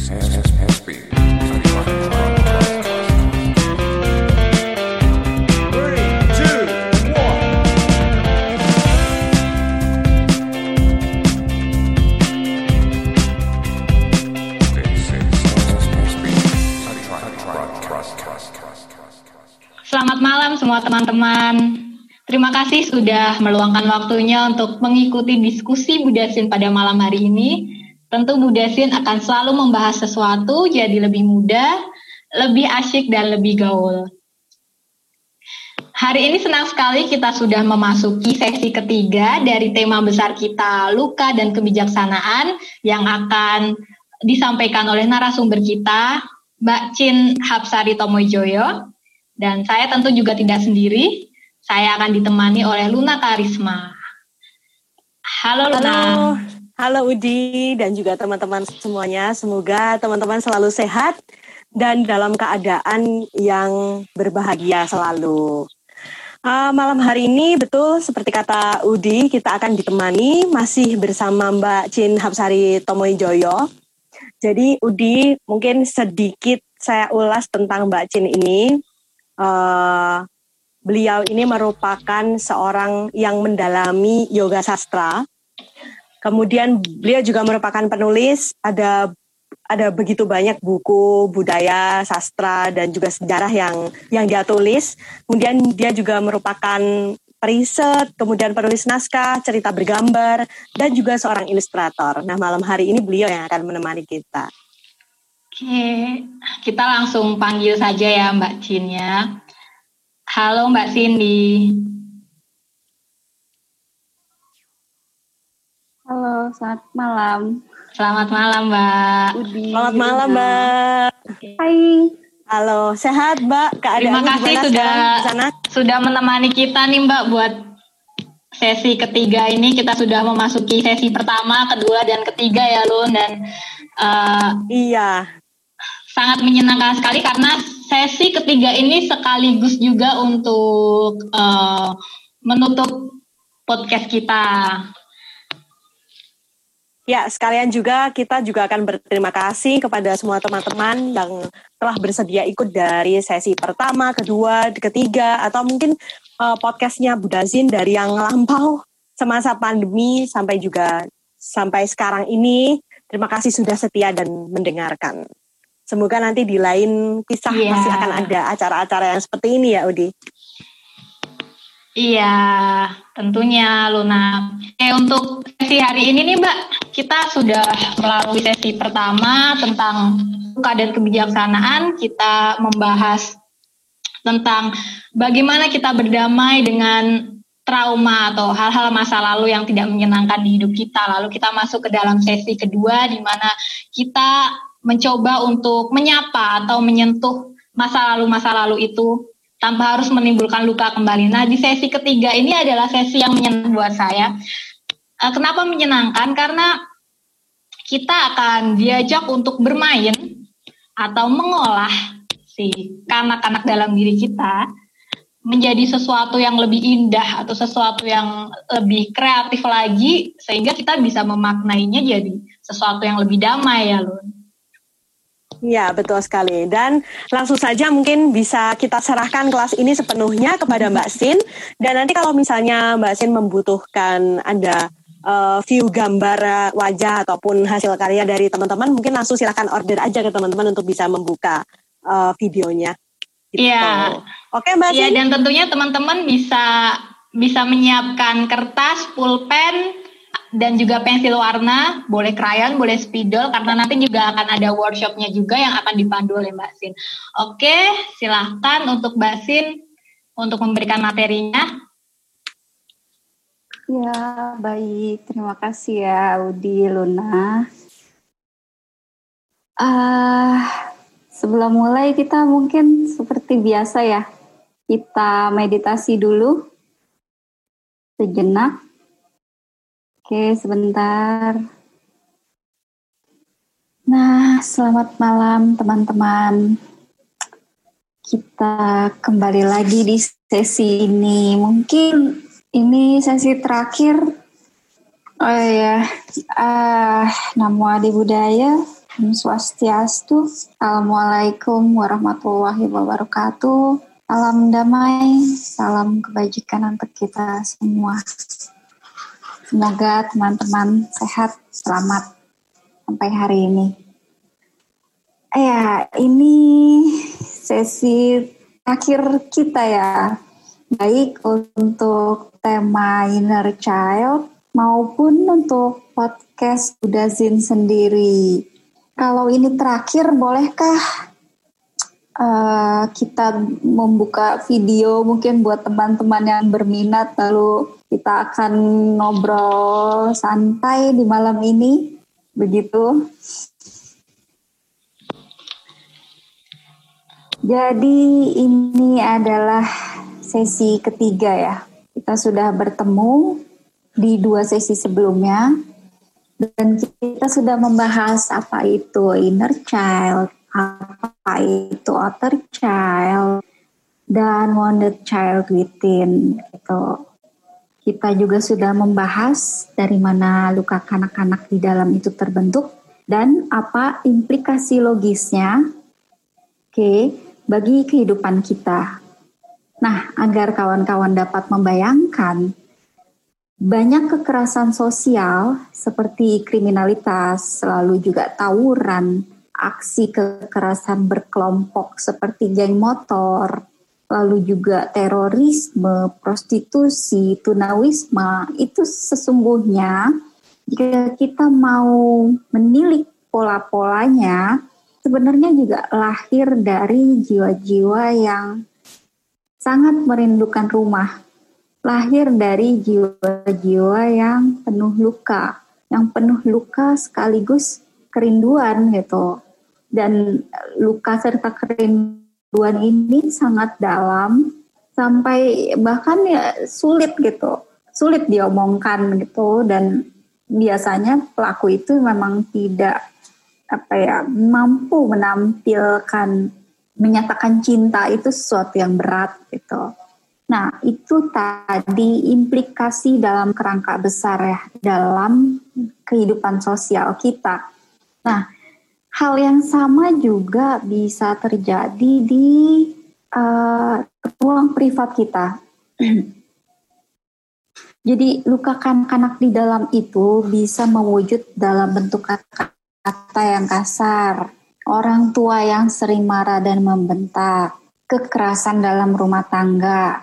Selamat malam semua teman-teman. Terima kasih sudah meluangkan waktunya untuk mengikuti diskusi Budasin pada malam hari ini. Tentu Budasin akan selalu membahas sesuatu jadi lebih mudah, lebih asyik dan lebih gaul. Hari ini senang sekali kita sudah memasuki sesi ketiga dari tema besar kita, luka dan kebijaksanaan, yang akan disampaikan oleh narasumber kita, Mbak Chin Hapsari Tomojoyo. Dan saya tentu juga tidak sendiri, saya akan ditemani oleh Luna Karisma. Halo Luna. Halo Udi dan juga teman-teman semuanya. Semoga teman-teman selalu sehat dan dalam keadaan yang berbahagia selalu. Malam hari ini betul seperti kata Udi, kita akan ditemani masih bersama Mbak Chin Hapsari Tomojoyo. Jadi Udi, mungkin sedikit saya ulas tentang Mbak Chin ini. Beliau ini merupakan seorang yang mendalami yoga sastra. Kemudian beliau juga merupakan penulis, ada begitu banyak buku budaya, sastra dan juga sejarah yang dia tulis. Kemudian dia juga merupakan periset, kemudian penulis naskah, cerita bergambar dan juga seorang ilustrator. Nah, malam hari ini beliau yang akan menemani kita. Oke, kita langsung panggil saja ya Mbak Chin ya. Halo Mbak Cindy. Halo, selamat malam. Selamat malam Mbak. Udi. Selamat malam Mbak. Hai. Halo, sehat Mbak? Terima kasih sudah menemani kita nih Mbak buat sesi ketiga ini. Kita sudah memasuki sesi pertama, kedua dan ketiga ya Lun, dan iya. Sangat menyenangkan sekali karena sesi ketiga ini sekaligus juga untuk menutup podcast kita. Ya, sekalian juga kita juga akan berterima kasih kepada semua teman-teman yang telah bersedia ikut dari sesi pertama, kedua, ketiga, atau mungkin podcastnya Budasin dari yang lampau semasa pandemi sampai sekarang ini. Terima kasih sudah setia dan mendengarkan. Semoga nanti di lain kisah masih akan ada acara-acara yang seperti ini ya, Udi. Iya, tentunya Luna. Untuk sesi hari ini nih Mbak, kita sudah melalui sesi pertama tentang luka dan kebijaksanaan. Kita membahas tentang bagaimana kita berdamai dengan trauma atau hal-hal masa lalu yang tidak menyenangkan di hidup kita. Lalu kita masuk ke dalam sesi kedua di mana kita mencoba untuk menyapa atau menyentuh masa lalu itu tanpa harus menimbulkan luka kembali. Nah, di sesi ketiga ini adalah sesi yang menyenangkan buat saya. Kenapa menyenangkan? Karena kita akan diajak untuk bermain atau mengolah si kanak-kanak dalam diri kita menjadi sesuatu yang lebih indah atau sesuatu yang lebih kreatif lagi, sehingga kita bisa memaknainya jadi sesuatu yang lebih damai ya Lun. Ya, betul sekali. Dan langsung saja mungkin bisa kita serahkan kelas ini sepenuhnya kepada Mbak Sin. Dan nanti kalau misalnya Mbak Sin membutuhkan ada view gambar wajah ataupun hasil karya dari teman-teman, mungkin langsung silakan order aja ke teman-teman untuk bisa membuka videonya. Iya. Gitu. Oke Mbak Sin. Iya, dan tentunya teman-teman bisa menyiapkan kertas, pulpen, dan juga pensil warna, boleh krayon, boleh spidol, karena nanti juga akan ada workshopnya juga yang akan dipandu oleh Mbak Sin. Oke, silahkan untuk Mbak Sin untuk memberikan materinya. Ya, baik. Terima kasih ya Udi, Luna. Sebelum mulai kita mungkin seperti biasa ya, kita meditasi dulu sejenak. Oke, sebentar. Nah, selamat malam teman-teman. Kita kembali lagi di sesi ini. Mungkin ini sesi terakhir. Oh ya, Namo Adi Budaya. Om Swastiastu. Assalamualaikum warahmatullahi wabarakatuh. Salam damai, salam kebajikan untuk kita semua. Semoga teman-teman sehat, selamat sampai hari ini. Ya, ini sesi akhir kita ya. Baik untuk tema Inner Child maupun untuk podcast Budazin sendiri. Kalau ini terakhir, bolehkah kita membuka video mungkin buat teman-teman yang berminat, lalu kita akan ngobrol santai di malam ini, begitu. Jadi ini adalah sesi ketiga ya. Kita sudah bertemu di 2 sesi sebelumnya dan kita sudah membahas apa itu inner child, apa itu outer child, dan wounded child within. Gitu. Kita juga sudah membahas dari mana luka kanak-kanak di dalam itu terbentuk dan apa implikasi logisnya bagi kehidupan kita. Nah, agar kawan-kawan dapat membayangkan, banyak kekerasan sosial seperti kriminalitas, lalu juga tawuran, aksi kekerasan berkelompok seperti geng motor, lalu juga terorisme, prostitusi, tunawisma, itu sesungguhnya jika kita mau menilik pola-polanya, sebenarnya juga lahir dari jiwa-jiwa yang sangat merindukan rumah, lahir dari jiwa-jiwa yang penuh luka sekaligus kerinduan gitu. Dan luka serta kerinduan ini sangat dalam sampai bahkan ya sulit diomongkan gitu. Dan biasanya pelaku itu memang tidak mampu menyatakan cinta itu sesuatu yang berat gitu. Nah, itu tadi implikasi dalam kerangka besar ya, dalam kehidupan sosial kita. Nah, hal yang sama juga bisa terjadi di ruang privat kita. Jadi, luka kanak-kanak di dalam itu bisa mewujud dalam bentuk kata yang kasar, orang tua yang sering marah dan membentak, kekerasan dalam rumah tangga,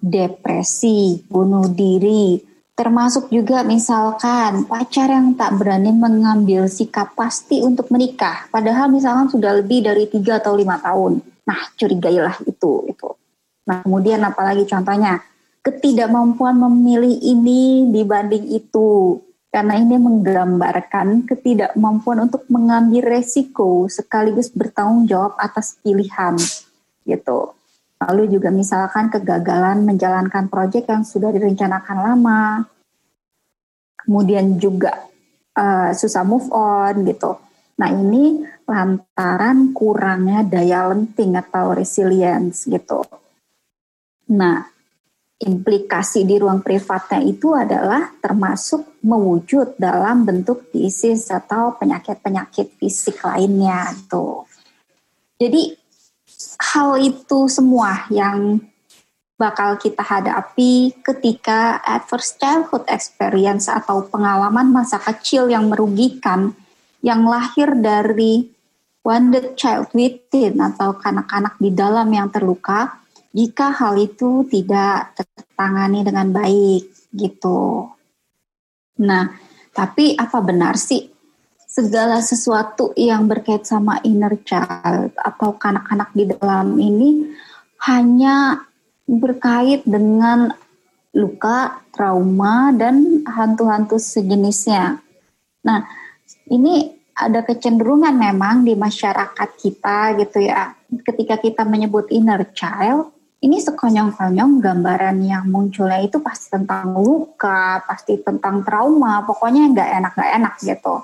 depresi, bunuh diri, termasuk juga misalkan pacar yang tak berani mengambil sikap pasti untuk menikah, padahal misalkan sudah lebih dari 3 atau 5 tahun. Nah, curigailah itu. Nah, kemudian apalagi contohnya, ketidakmampuan memilih ini dibanding itu, karena ini menggambarkan ketidakmampuan untuk mengambil resiko sekaligus bertanggung jawab atas pilihan gitu. Lalu juga misalkan kegagalan menjalankan proyek yang sudah direncanakan lama. Kemudian juga susah move on gitu. Nah, ini lantaran kurangnya daya lenting atau resilience gitu. Nah, implikasi di ruang privatnya itu adalah termasuk mewujud dalam bentuk disease atau penyakit-penyakit fisik lainnya gitu. Jadi hal itu semua yang bakal kita hadapi ketika adverse childhood experience atau pengalaman masa kecil yang merugikan yang lahir dari wounded child within atau kanak-kanak di dalam yang terluka jika hal itu tidak tertangani dengan baik gitu. Nah, tapi apa benar sih segala sesuatu yang berkait sama inner child atau kanak-kanak di dalam ini hanya berkait dengan luka, trauma, dan hantu-hantu sejenisnya. Nah, ini ada kecenderungan memang di masyarakat kita gitu ya. Ketika kita menyebut inner child, ini sekonyong-konyong gambaran yang munculnya itu pasti tentang luka, pasti tentang trauma, pokoknya nggak enak gitu.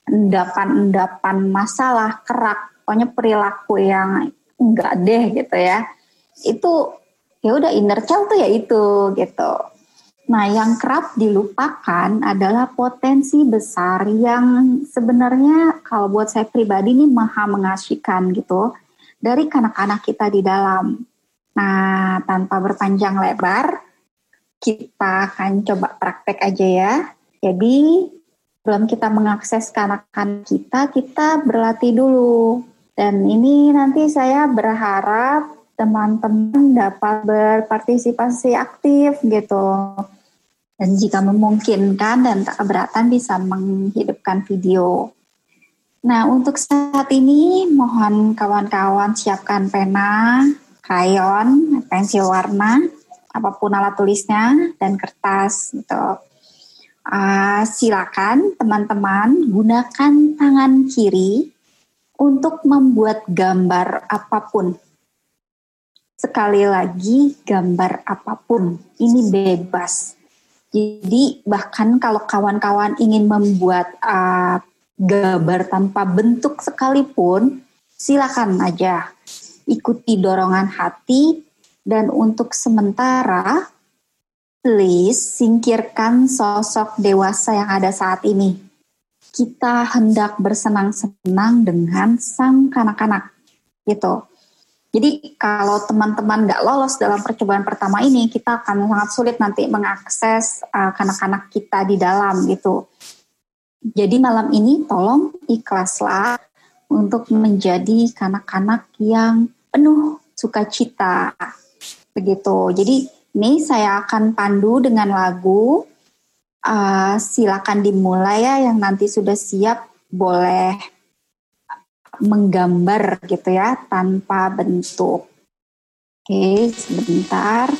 Endapan masalah, kerak, pokoknya perilaku yang enggak deh gitu ya. Itu ya udah inner child tuh ya itu gitu. Nah, yang kerap dilupakan adalah potensi besar yang sebenarnya kalau buat saya pribadi ini maha mengasyikan gitu dari kanak-kanak kita di dalam. Nah, tanpa berpanjang lebar, kita akan coba praktek aja ya. Jadi, sebelum kita mengakses kanak-kanak kita berlatih dulu. Dan ini nanti saya berharap teman-teman dapat berpartisipasi aktif gitu. Dan jika memungkinkan dan tak keberatan bisa menghidupkan video. Nah, untuk saat ini mohon kawan-kawan siapkan pena, krayon, pensil warna, apapun alat tulisnya, dan kertas gitu. Silakan teman-teman gunakan tangan kiri untuk membuat gambar apapun. Sekali lagi, gambar apapun. Ini bebas. Jadi bahkan kalau kawan-kawan ingin membuat gambar tanpa bentuk sekalipun, silakan aja ikuti dorongan hati. Dan untuk sementara, please singkirkan sosok dewasa yang ada saat ini. Kita hendak bersenang-senang dengan sang kanak-kanak gitu. Jadi kalau teman-teman nggak lolos dalam percobaan pertama ini, kita akan sangat sulit nanti mengakses kanak-kanak kita di dalam gitu. Jadi malam ini tolong ikhlaslah untuk menjadi kanak-kanak yang penuh sukacita. Begitu. Jadi ini saya akan pandu dengan lagu. Silakan dimulai ya, yang nanti sudah siap boleh menggambar gitu ya, tanpa bentuk. Oke, sebentar.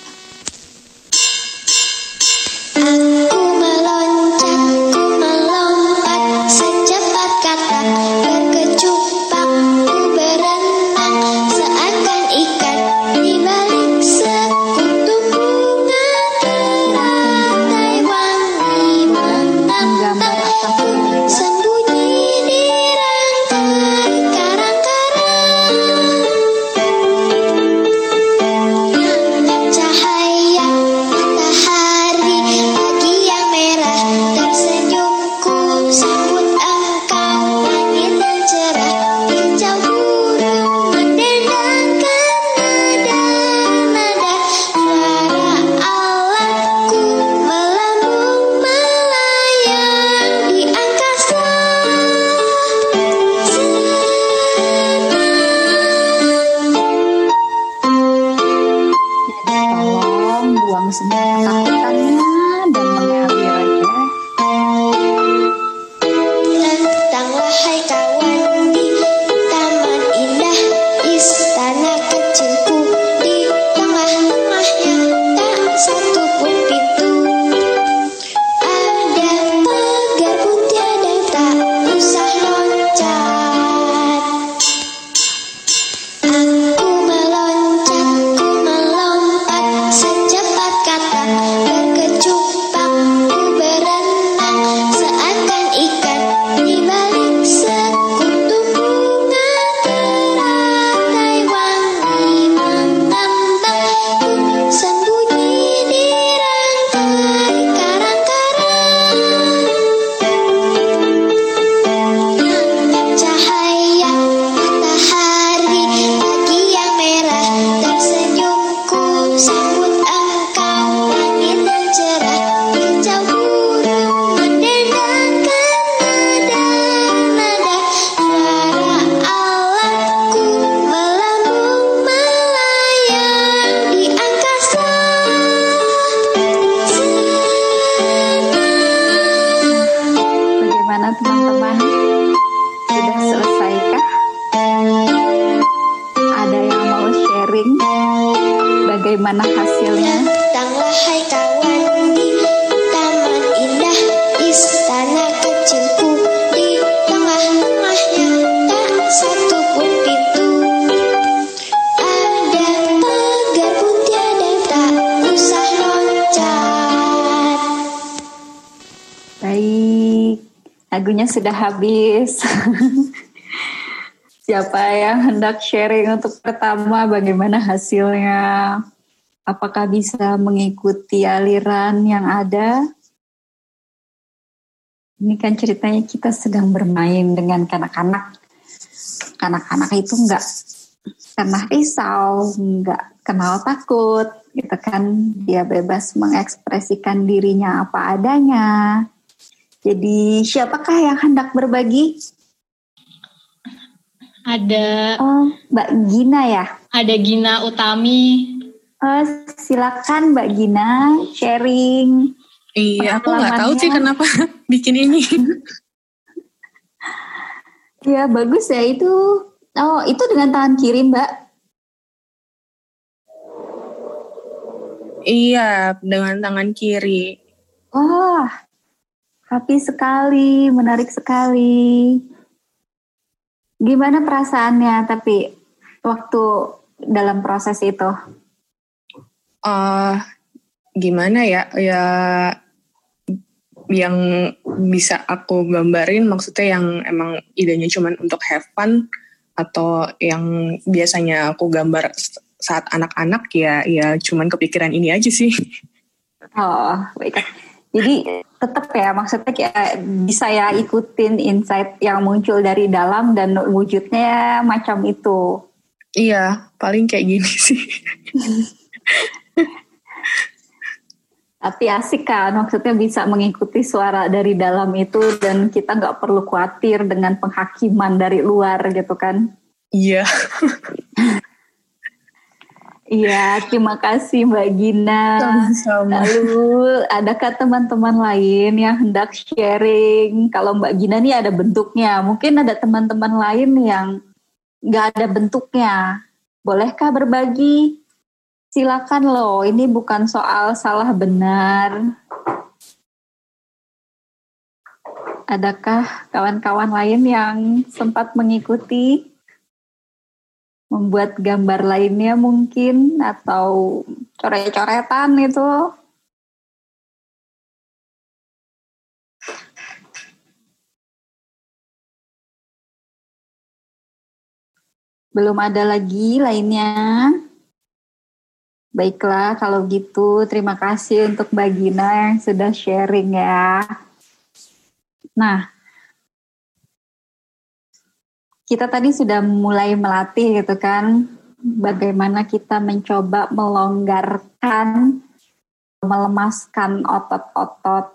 Aku meloncat, ku melompat, secepat katak berkecupak, ku berenang seakan ikan di balik sekutu bunga teratai wangi Menggambar apa saja. sembunyi di rantai karang-karang. Cahaya matahari pagi yang merah, tersenyumku sambut engkau, langit yang cerah, hijau burung mendendangkan nada-nada, suara alatku melambung melayang di angkasa. Jadi tolong buang semua ketakutannya dan mengalir aja. Datanglah hai kawan di taman indah, istana kecilku di tengah-tengahnya tak satu pun pintu. Ada pagar pun tiada, tak usah loncat. Aku meloncat, ku melompat, secepat katak berkecupak, ku berenang seakan ikan di balik sekutu bunga teratai wangi mengambang, ku sembunyi di rantai karang-karang. Cahaya matahari pagi yang merah, tersenyumku sambut engkau, langit yang cerah, hijau burung mendendangkan nada-nada, suara alatku melambung melayang di angkasa. Bagaimana teman-teman? Sudah selesaikah? Ada yang mau sharing? Bagaimana hasilnya? Datanglah hai kawan di taman indah, istana kecilku di tengah-tengahnya tak satu pun pintu. Ada pagar pun tiada, tak usah loncat. Baik, lagunya sudah habis. Siapa yang hendak sharing untuk pertama? Bagaimana hasilnya? Apakah bisa mengikuti aliran yang ada? Ini kan ceritanya kita sedang bermain dengan kanak-kanak. Kanak-kanak itu nggak pernah risau, nggak kenal takut, gitu kan. Dia bebas mengekspresikan dirinya apa adanya. Jadi siapakah yang hendak berbagi? Ada Mbak Gina ya? Ada Gina Utami. Silakan Mbak Gina sharing. Iya, aku nggak tahu sih kenapa bikin ini. Ya bagus ya itu. Oh itu dengan tangan kiri Mbak? Iya, dengan tangan kiri. Wah, rapi sekali, menarik sekali. Gimana perasaannya tapi waktu dalam proses itu? Gimana ya? Ya yang bisa aku gambarin maksudnya yang emang idenya cuman untuk have fun atau yang biasanya aku gambar saat anak-anak ya cuman kepikiran ini aja sih. Oh, baik. Jadi tetap ya maksudnya kayak bisa ya ikutin insight yang muncul dari dalam dan wujudnya macam itu. Iya, paling kayak gini sih. Tapi asik kan, maksudnya bisa mengikuti suara dari dalam itu dan kita nggak perlu khawatir dengan penghakiman dari luar gitu kan. Iya. Iya, terima kasih Mbak Gina. Sama-sama. Lalu adakah teman-teman lain yang hendak sharing? Kalau Mbak Gina nih ada bentuknya, mungkin ada teman-teman lain yang nggak ada bentuknya. Bolehkah berbagi? Silakan loh, ini bukan soal salah benar. Adakah kawan-kawan lain yang sempat mengikuti? Membuat gambar lainnya mungkin, atau coret-coretan itu? Belum ada lagi lainnya? Baiklah, kalau gitu terima kasih untuk Mbak Gina yang sudah sharing ya. Nah, kita tadi sudah mulai melatih gitu kan, bagaimana kita mencoba melonggarkan, melemaskan otot-otot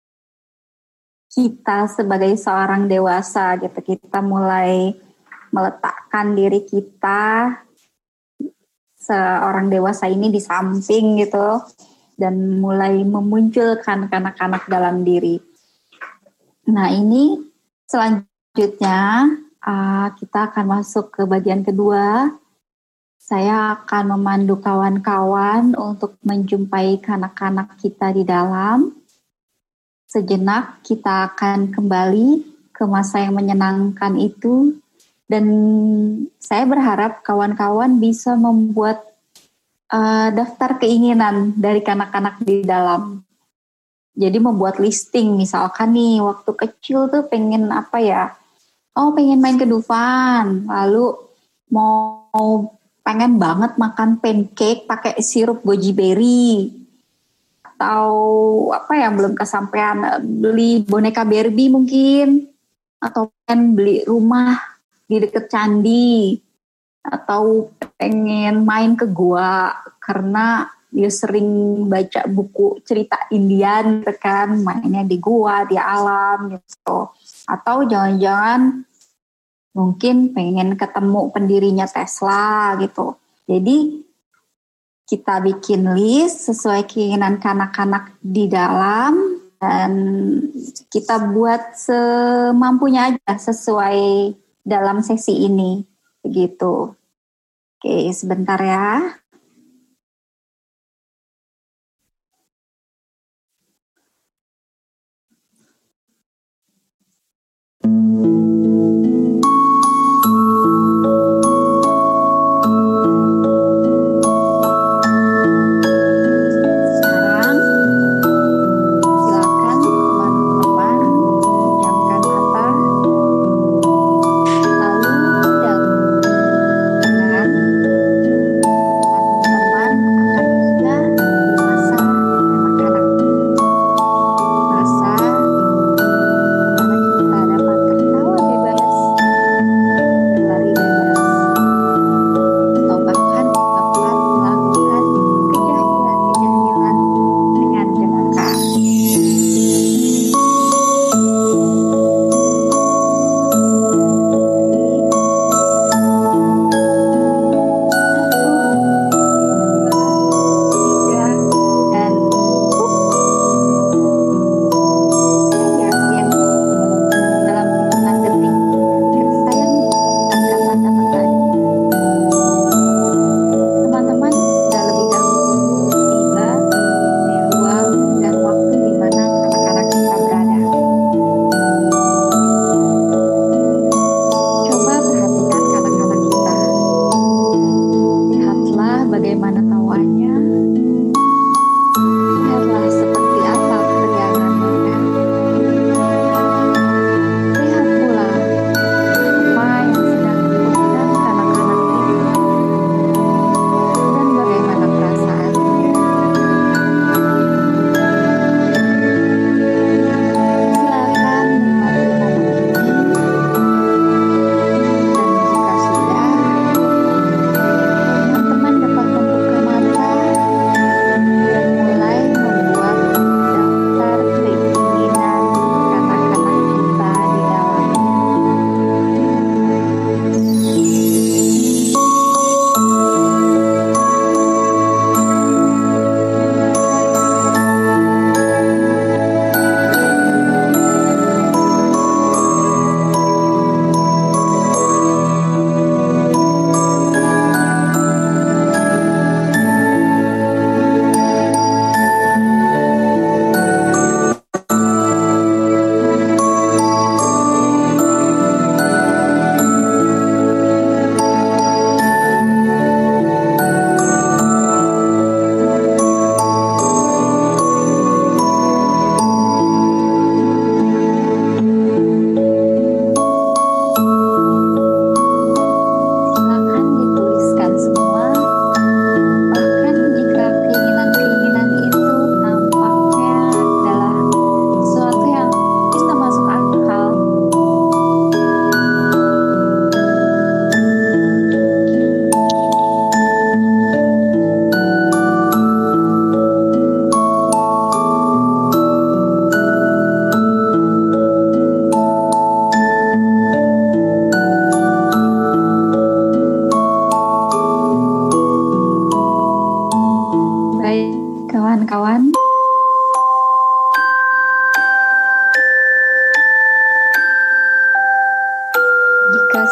kita sebagai seorang dewasa gitu. Kita mulai meletakkan diri kita seorang dewasa ini di samping gitu dan mulai memunculkan kanak-kanak dalam diri. Nah ini selanjutnya kita akan masuk ke bagian kedua. Saya akan memandu kawan-kawan untuk menjumpai kanak-kanak kita di dalam. Sejenak kita akan kembali ke masa yang menyenangkan itu. Dan saya berharap kawan-kawan bisa membuat daftar keinginan dari kanak-kanak di dalam. Jadi membuat listing, misalkan nih waktu kecil tuh pengen apa ya? Oh pengen main ke Dufan, lalu mau pengen banget makan pancake pakai sirup goji berry. Atau apa yang belum kesampaian, beli boneka Barbie mungkin. Atau pengen beli rumah di dekat candi, atau pengen main ke gua karena dia sering baca buku cerita Indian gitu kan, mainnya di gua, di alam gitu. Atau jangan-jangan mungkin pengen ketemu pendirinya Tesla gitu. Jadi kita bikin list sesuai keinginan kanak-kanak di dalam dan kita buat semampunya aja sesuai dalam sesi ini, begitu. Oke, sebentar ya.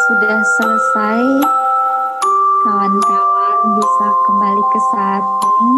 sudah selesai, kawan-kawan bisa kembali ke saat ini.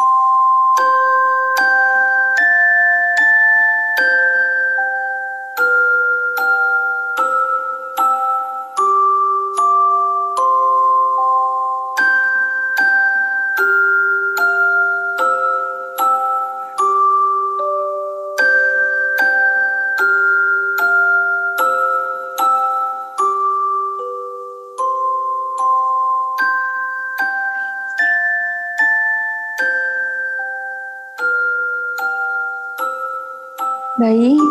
Baik,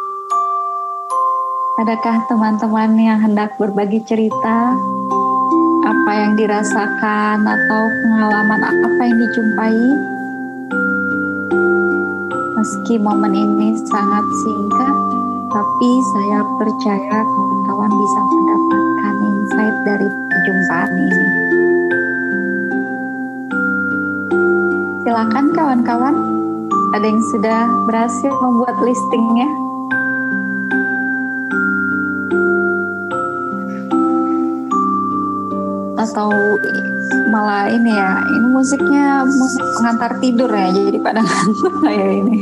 adakah teman-teman yang hendak berbagi cerita? Apa yang dirasakan atau pengalaman apa yang dijumpai? Meski momen ini sangat singkat, tapi saya percaya kawan-kawan bisa mendapatkan insight dari perjumpaan ini. Silakan kawan-kawan. Ada yang sudah berhasil membuat listingnya? Atau malah ini ya, ini musiknya musik pengantar tidur ya, jadi pada ngantuk kayak ini.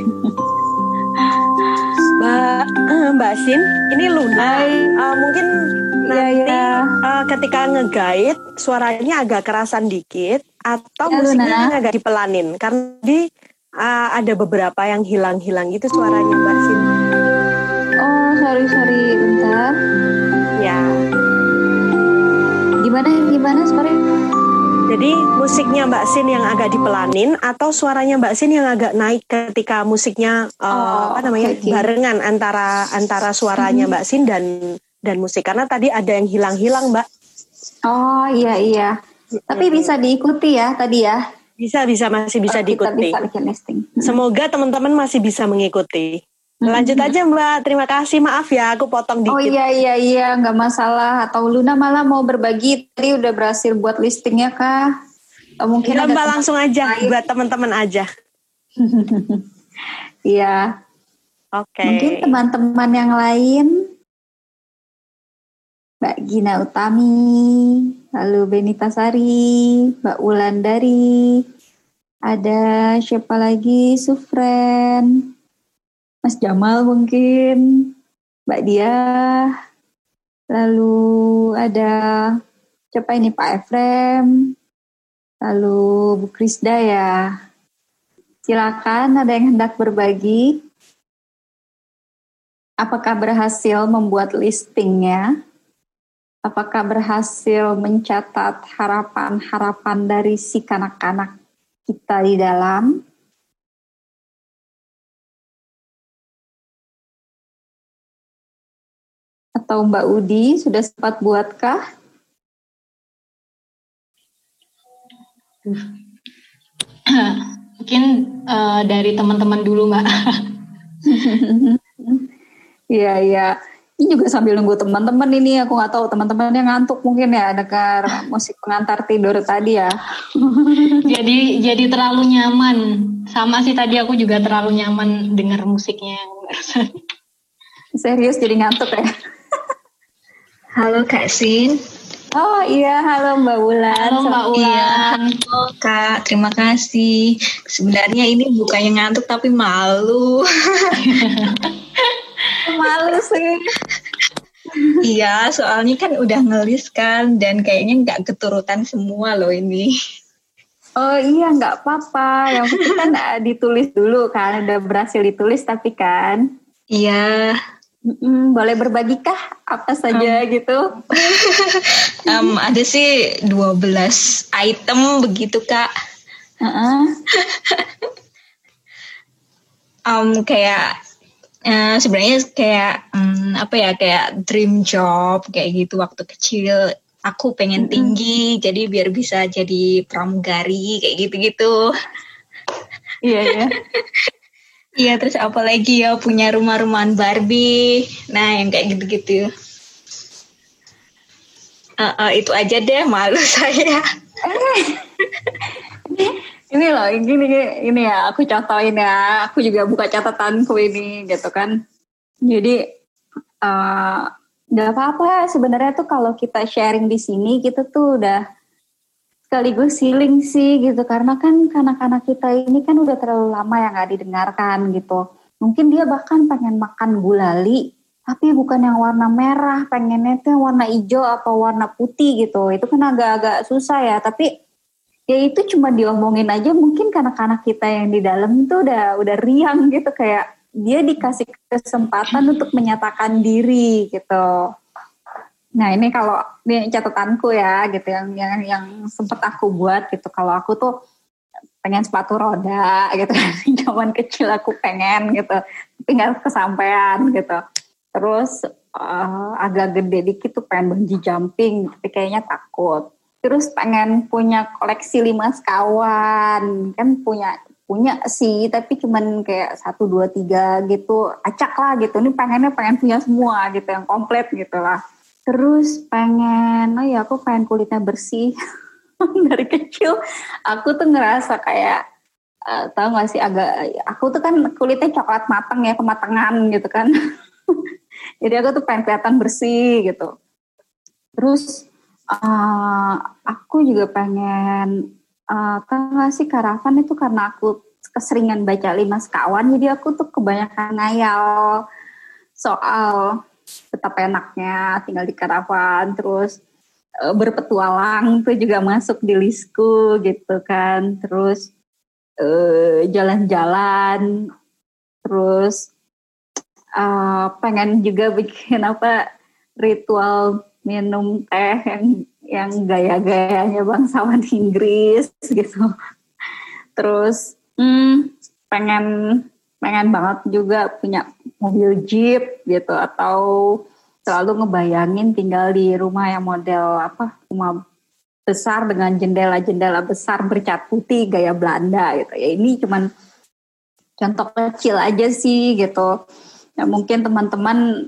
Mbak Sin, ini Luna. Mungkin nanti ketika nge-guide suaranya agak kerasan dikit atau Ya, musiknya Luna. agak dipelanin karena ada beberapa yang hilang-hilang gitu suaranya Mbak Sin. Oh, sorry, bentar. Ya. Gimana, sorry. Jadi musiknya Mbak Sin yang agak dipelanin atau suaranya Mbak Sin yang agak naik ketika musiknya Okay. barengan antara suaranya Mbak Sin dan musik, karena tadi ada yang hilang-hilang Mbak. Oh, iya. Tapi bisa diikuti ya tadi ya. Bisa masih bisa Kita diikuti. bisa bikin listing. Semoga teman-teman masih bisa mengikuti. Lanjut aja Mbak, terima kasih. Maaf ya, aku potong dikit. Oh iya, nggak masalah. Atau Luna malah mau berbagi, tadi udah berhasil buat listingnya kah? Atau mungkin Ya, ada Mbak langsung aja, lain. buat teman-teman aja. Iya. Oke. Mungkin teman-teman yang lain, Mbak Gina Utami, lalu Benita Sari, Mbak Wulandari, ada siapa lagi, Sufren, Mas Jamal mungkin, Mbak Diah, lalu ada siapa ini, Pak Efrem, lalu Bu Krisda ya. Silakan, ada yang hendak berbagi? Apakah berhasil membuat listingnya? Apakah berhasil mencatat harapan-harapan dari si kanak-kanak kita di dalam? Atau Mbak Udi sudah sempat buatkah? Mungkin dari teman-teman dulu Mbak. Iya. Ini juga sambil nunggu teman-teman ini, aku nggak tahu teman-teman yang ngantuk mungkin ya dengar musik pengantar tidur tadi ya. jadi terlalu nyaman. Sama sih tadi aku juga terlalu nyaman dengar musiknya yang barusan. Serius jadi ngantuk ya? Halo Kak Sin. Oh iya, halo Mbak Wulan. Halo Mbak Ulan. Iya, halo Kak, terima kasih. Sebenarnya ini bukannya ngantuk tapi malu. Malu sih. Iya, soalnya kan udah ngelis kan dan kayaknya nggak keturutan semua loh ini. Oh iya, nggak apa-apa. Yang penting kan ditulis dulu kan, udah berhasil ditulis tapi kan. Iya. Boleh berbagikah apa saja gitu? Ada sih 12 item begitu Kak. Kayak sebenarnya kayak kayak dream job kayak gitu waktu kecil. Aku pengen tinggi jadi biar bisa jadi pramugari kayak gitu-gitu. Iya. Iya, terus apa lagi ya, punya rumah-rumahan Barbie. Nah, yang kayak gitu-gitu. Itu aja deh, malu saya. Ini loh, ini ya, aku contohin ya. Aku juga buka catatanku ini gitu kan. Jadi Nggak apa-apa, sebenarnya tuh kalau kita sharing di sini kita tuh udah sekaligus healing sih gitu, karena kan anak-anak kita ini kan udah terlalu lama yang nggak didengarkan gitu. Mungkin dia bahkan pengen makan gulali, tapi bukan yang warna merah, pengennya tuh yang warna hijau atau warna putih gitu. Itu kan agak-agak susah ya, tapi ya itu cuma diomongin aja, mungkin anak-anak kita yang di dalam tuh udah riang gitu, kayak dia dikasih kesempatan untuk menyatakan diri gitu. Nah ini kalau ini catatanku ya gitu, yang sempat aku buat gitu. Kalau aku tuh pengen sepatu roda gitu, zaman kecil aku pengen gitu, tapi nggak kesampaian gitu. Terus agak gede dikit tuh pengen bungee jumping, tapi kayaknya takut. Terus pengen punya koleksi 5 sekawan, kan punya sih, tapi cuman kayak 1, 2, 3 gitu, acak lah gitu. Ini pengen punya semua gitu, yang komplit gitu lah. Terus aku pengen kulitnya bersih. Dari kecil aku tuh ngerasa kayak, tahu gak sih, aku tuh kan kulitnya coklat matang ya, kematangan gitu kan. Jadi aku tuh pengen kelihatan bersih gitu. Terus aku juga pengen, kan gak sih Karavan itu karena aku keseringan baca 5 sekawan, jadi aku tuh kebanyakan ngayal soal betapa enaknya tinggal di Karavan. Terus berpetualang tuh juga masuk di listku gitu kan. Terus jalan-jalan, terus pengen juga bikin ritual minum teh yang gaya-gayanya bangsawan Inggris gitu. Terus pengen banget juga punya mobil Jeep gitu, atau selalu ngebayangin tinggal di rumah yang model rumah besar dengan jendela-jendela besar bercat putih gaya Belanda gitu. Ya ini cuman contoh kecil aja sih gitu. Ya mungkin teman-teman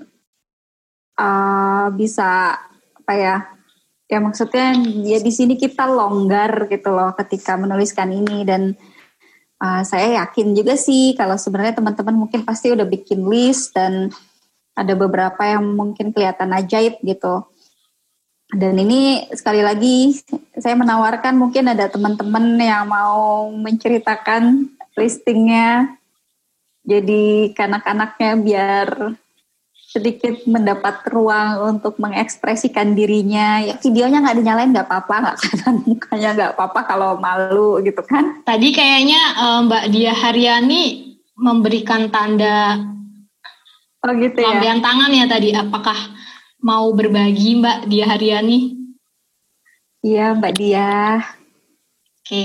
bisa ya maksudnya ya di sini kita longgar gitu loh ketika menuliskan ini. Dan saya yakin juga sih kalau sebenarnya teman-teman mungkin pasti udah bikin list, dan ada beberapa yang mungkin kelihatan ajaib gitu. Dan ini sekali lagi saya menawarkan, mungkin ada teman-teman yang mau menceritakan listingnya, jadi kanak-kanaknya biar sedikit mendapat ruang untuk mengekspresikan dirinya. Ya videonya nggak dinyalain nggak apa-apa, nggak kelihatan mukanya nggak apa-apa kalau malu gitu kan. Tadi kayaknya Mbak Dia Haryani memberikan tanda gitu ya. lambaian tangan ya tadi. Apakah mau berbagi Mbak Dia Haryani? Iya Mbak Dia. Oke.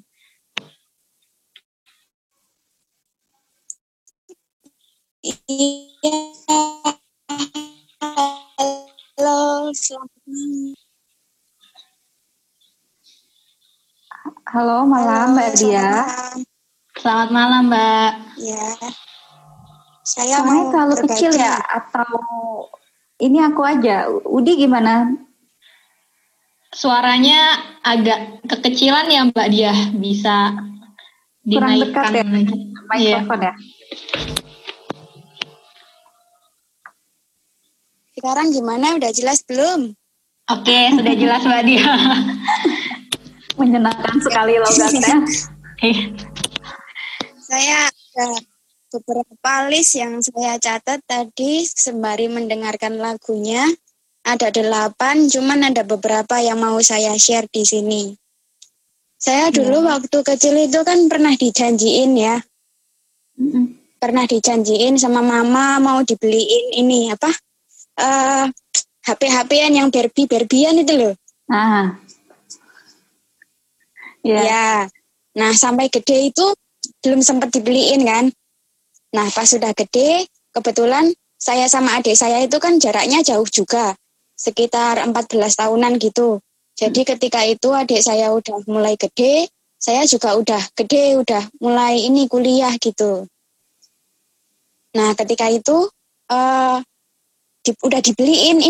Iya. Halo, selamat malam. Halo malam Mbak Dia. Selamat malam Mbak. Ya. Saya Soalnya mau terlalu berbagi. kecil ya, atau ini aku aja. Udi gimana? Suaranya agak kekecilan ya Mbak Dia, bisa Kurang dekat dinaikkan ya lagi. mikrofon ya. Sekarang gimana? Udah jelas belum? Oke, sudah jelas Mbak Dia. Menyenangkan sekali logatnya. Saya ada beberapa list yang saya catat tadi sembari mendengarkan lagunya. Ada 8, cuman ada beberapa yang mau saya share di sini. Saya dulu waktu kecil itu kan pernah dijanjiin ya. Pernah dijanjiin sama mama mau dibeliin ini HP-HPan yang Barbie-Barbian itu loh. Ya. Nah, sampai gede itu belum sempat dibeliin kan. Nah, pas sudah gede, kebetulan saya sama adik saya itu kan jaraknya jauh juga. Sekitar 14 tahunan gitu. Jadi ketika itu adik saya udah mulai gede, saya juga udah gede, udah mulai ini kuliah gitu. Nah, ketika itu udah dibeliin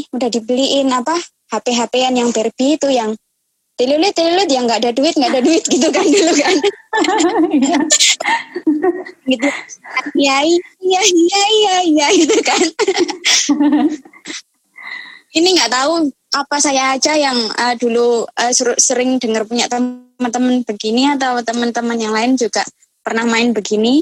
HP-HPan yang Barbie itu yang telulit yang nggak ada duit gitu kan dulu kan. Gitu. Iya gitu kan. ini nggak tahu apa saya aja yang dulu sering dengar punya teman-teman begini atau teman-teman yang lain juga pernah main begini.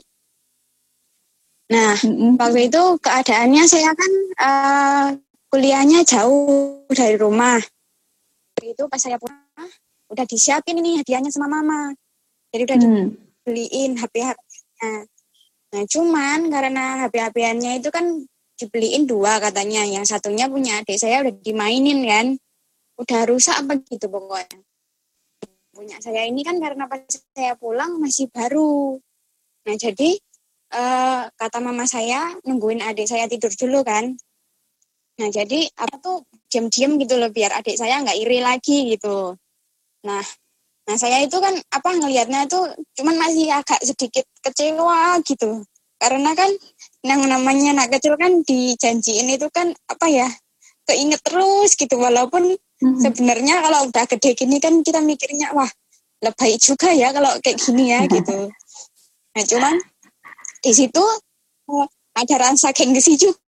Nah, waktu itu keadaannya saya kan kuliahnya jauh dari rumah. Itu pas saya pulang udah disiapin ini hadiahnya sama mama. Jadi udah dibeliin HP-nya. Nah, cuman karena HP-nya itu kan dibeliin 2 katanya. Yang satunya punya adik saya udah dimainin kan. Udah rusak apa gitu pokoknya. Punya saya ini kan karena pas saya pulang masih baru. Nah, jadi kata mama saya nungguin adik saya tidur dulu kan. Nah, jadi apa tuh diam-diam gitu loh biar adik saya nggak iri lagi gitu. Nah saya itu kan ngelihatnya tuh cuman masih agak sedikit kecewa gitu. Karena kan yang namanya anak kecil kan dijanjiin itu kan keinget terus gitu. Walaupun sebenarnya kalau udah gede gini kan kita mikirnya wah lebay juga ya kalau kayak gini ya gitu. Nah, cuman di situ ada rasa gengsi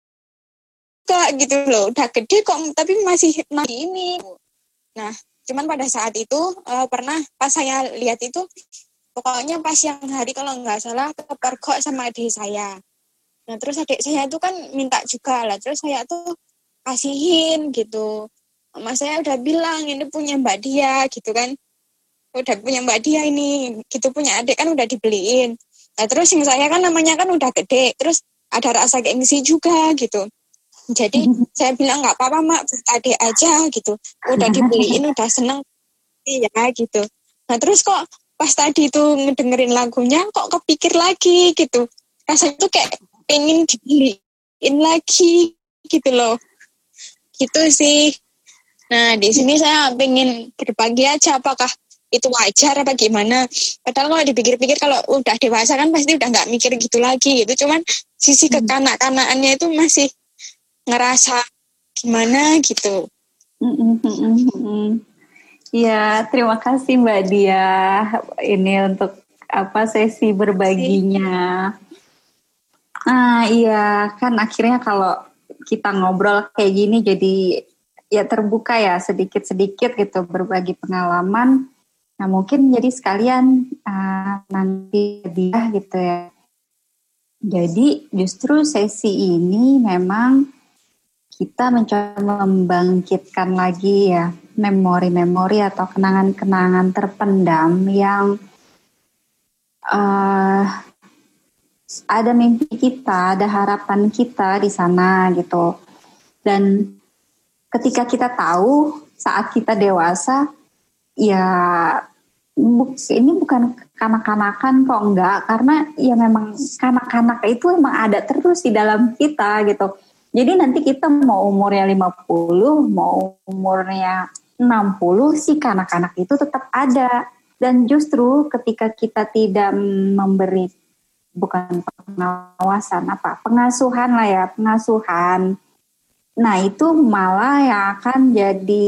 juga gitu loh. Udah gede kok tapi masih ini. Nah, cuman pada saat itu pernah pas saya lihat itu pokoknya pas yang hari kalau nggak salah kepergok sama adik saya. Nah, terus adik saya itu kan minta juga lah. Terus saya tuh kasihin gitu. Mama saya udah bilang ini punya Mbak Dia gitu kan. Udah punya Mbak Dia ini gitu, punya adik kan udah dibeliin. Nah, terus yang saya kan namanya kan udah gede, terus ada rasa gengsi juga gitu. Jadi saya bilang nggak apa-apa mak, adik aja gitu. Udah dibeliin, udah seneng ya gitu. Nah, terus kok pas tadi tuh ngedengerin lagunya kok kepikir lagi gitu. Rasanya tuh kayak pengen dibeliin lagi gitu loh. Gitu sih. Nah, di sini saya pengen berbagi aja apakah itu wajar apa gimana. Padahal kalau dipikir-pikir kalau udah dewasa kan pasti udah nggak mikir gitu lagi gitu. Cuman sisi kekanak-kanakannya itu masih ngerasa gimana gitu. Ya, terima kasih Mbak Dia ini untuk sesi berbaginya. Iya kan akhirnya kalau kita ngobrol kayak gini jadi ya terbuka ya sedikit-sedikit gitu berbagi pengalaman. Nah, mungkin jadi sekalian nanti dia gitu ya. Jadi justru sesi ini memang kita mencoba membangkitkan lagi ya memori-memori atau kenangan-kenangan terpendam yang ada mimpi kita, ada harapan kita di sana gitu. Dan ketika kita tahu saat kita dewasa, ya ini bukan kanak-kanakan kok enggak, karena ya memang kanak-kanak itu emang ada terus di dalam kita gitu. Jadi nanti kita mau umurnya 50, mau umurnya 60, si kanak-kanak itu tetap ada. Dan justru ketika kita tidak memberi, bukan pengawasan, pengasuhan lah ya, pengasuhan. Nah itu malah yang akan jadi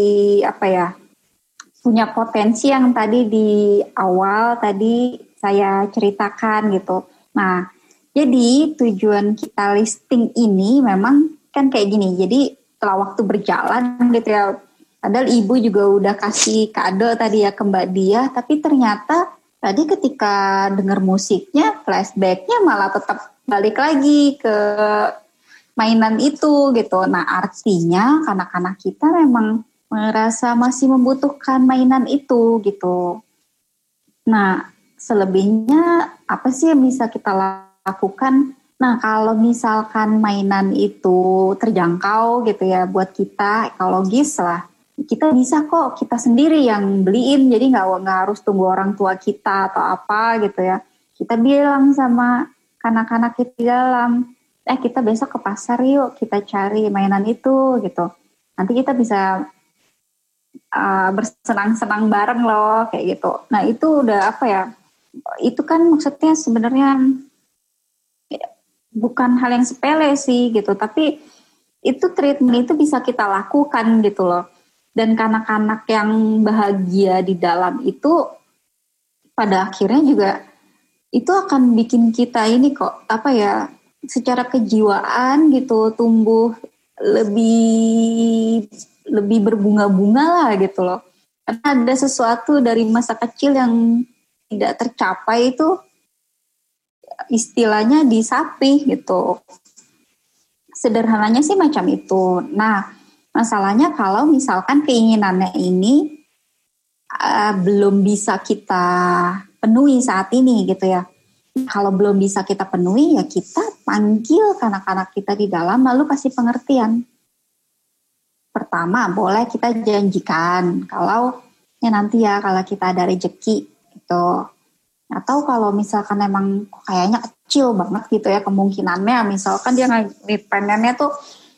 punya potensi yang tadi di awal tadi saya ceritakan gitu. Nah, jadi tujuan kita listing ini memang kan kayak gini. Jadi setelah waktu berjalan gitu ya, padahal ibu juga udah kasih kado tadi ya ke Mbak Dia, tapi ternyata tadi ketika dengar musiknya, flashbacknya malah tetap balik lagi ke mainan itu gitu. Nah, artinya anak-anak kita memang merasa masih membutuhkan mainan itu gitu. Nah, selebihnya apa sih yang bisa kita lakukan? Nah, kalau misalkan mainan itu terjangkau gitu ya buat kita, ekologis lah, kita bisa kok kita sendiri yang beliin. Jadi nggak harus tunggu orang tua kita atau apa gitu ya. Kita bilang sama anak-anak kita di dalam, kita besok ke pasar yuk, kita cari mainan itu gitu. Nanti kita bisa bersenang-senang bareng loh kayak gitu. Nah itu udah itu kan maksudnya sebenarnya bukan hal yang sepele sih gitu, tapi itu treatment itu bisa kita lakukan gitu loh. Dan kanak-kanak yang bahagia di dalam itu pada akhirnya juga itu akan bikin kita ini kok secara kejiwaan gitu tumbuh lebih lebih berbunga-bunga lah gitu loh. Karena ada sesuatu dari masa kecil yang tidak tercapai itu istilahnya disapih gitu. Sederhananya sih macam itu. Nah, masalahnya kalau misalkan keinginannya ini belum bisa kita penuhi saat ini gitu ya. Kalau belum bisa kita penuhi, ya kita panggil anak-anak kita di dalam, lalu kasih pengertian. Pertama, boleh kita janjikan kalau ya nanti ya kalau kita ada rezeki gitu. Atau kalau misalkan emang kayaknya kecil banget gitu ya kemungkinannya, misalkan dia pengennya tuh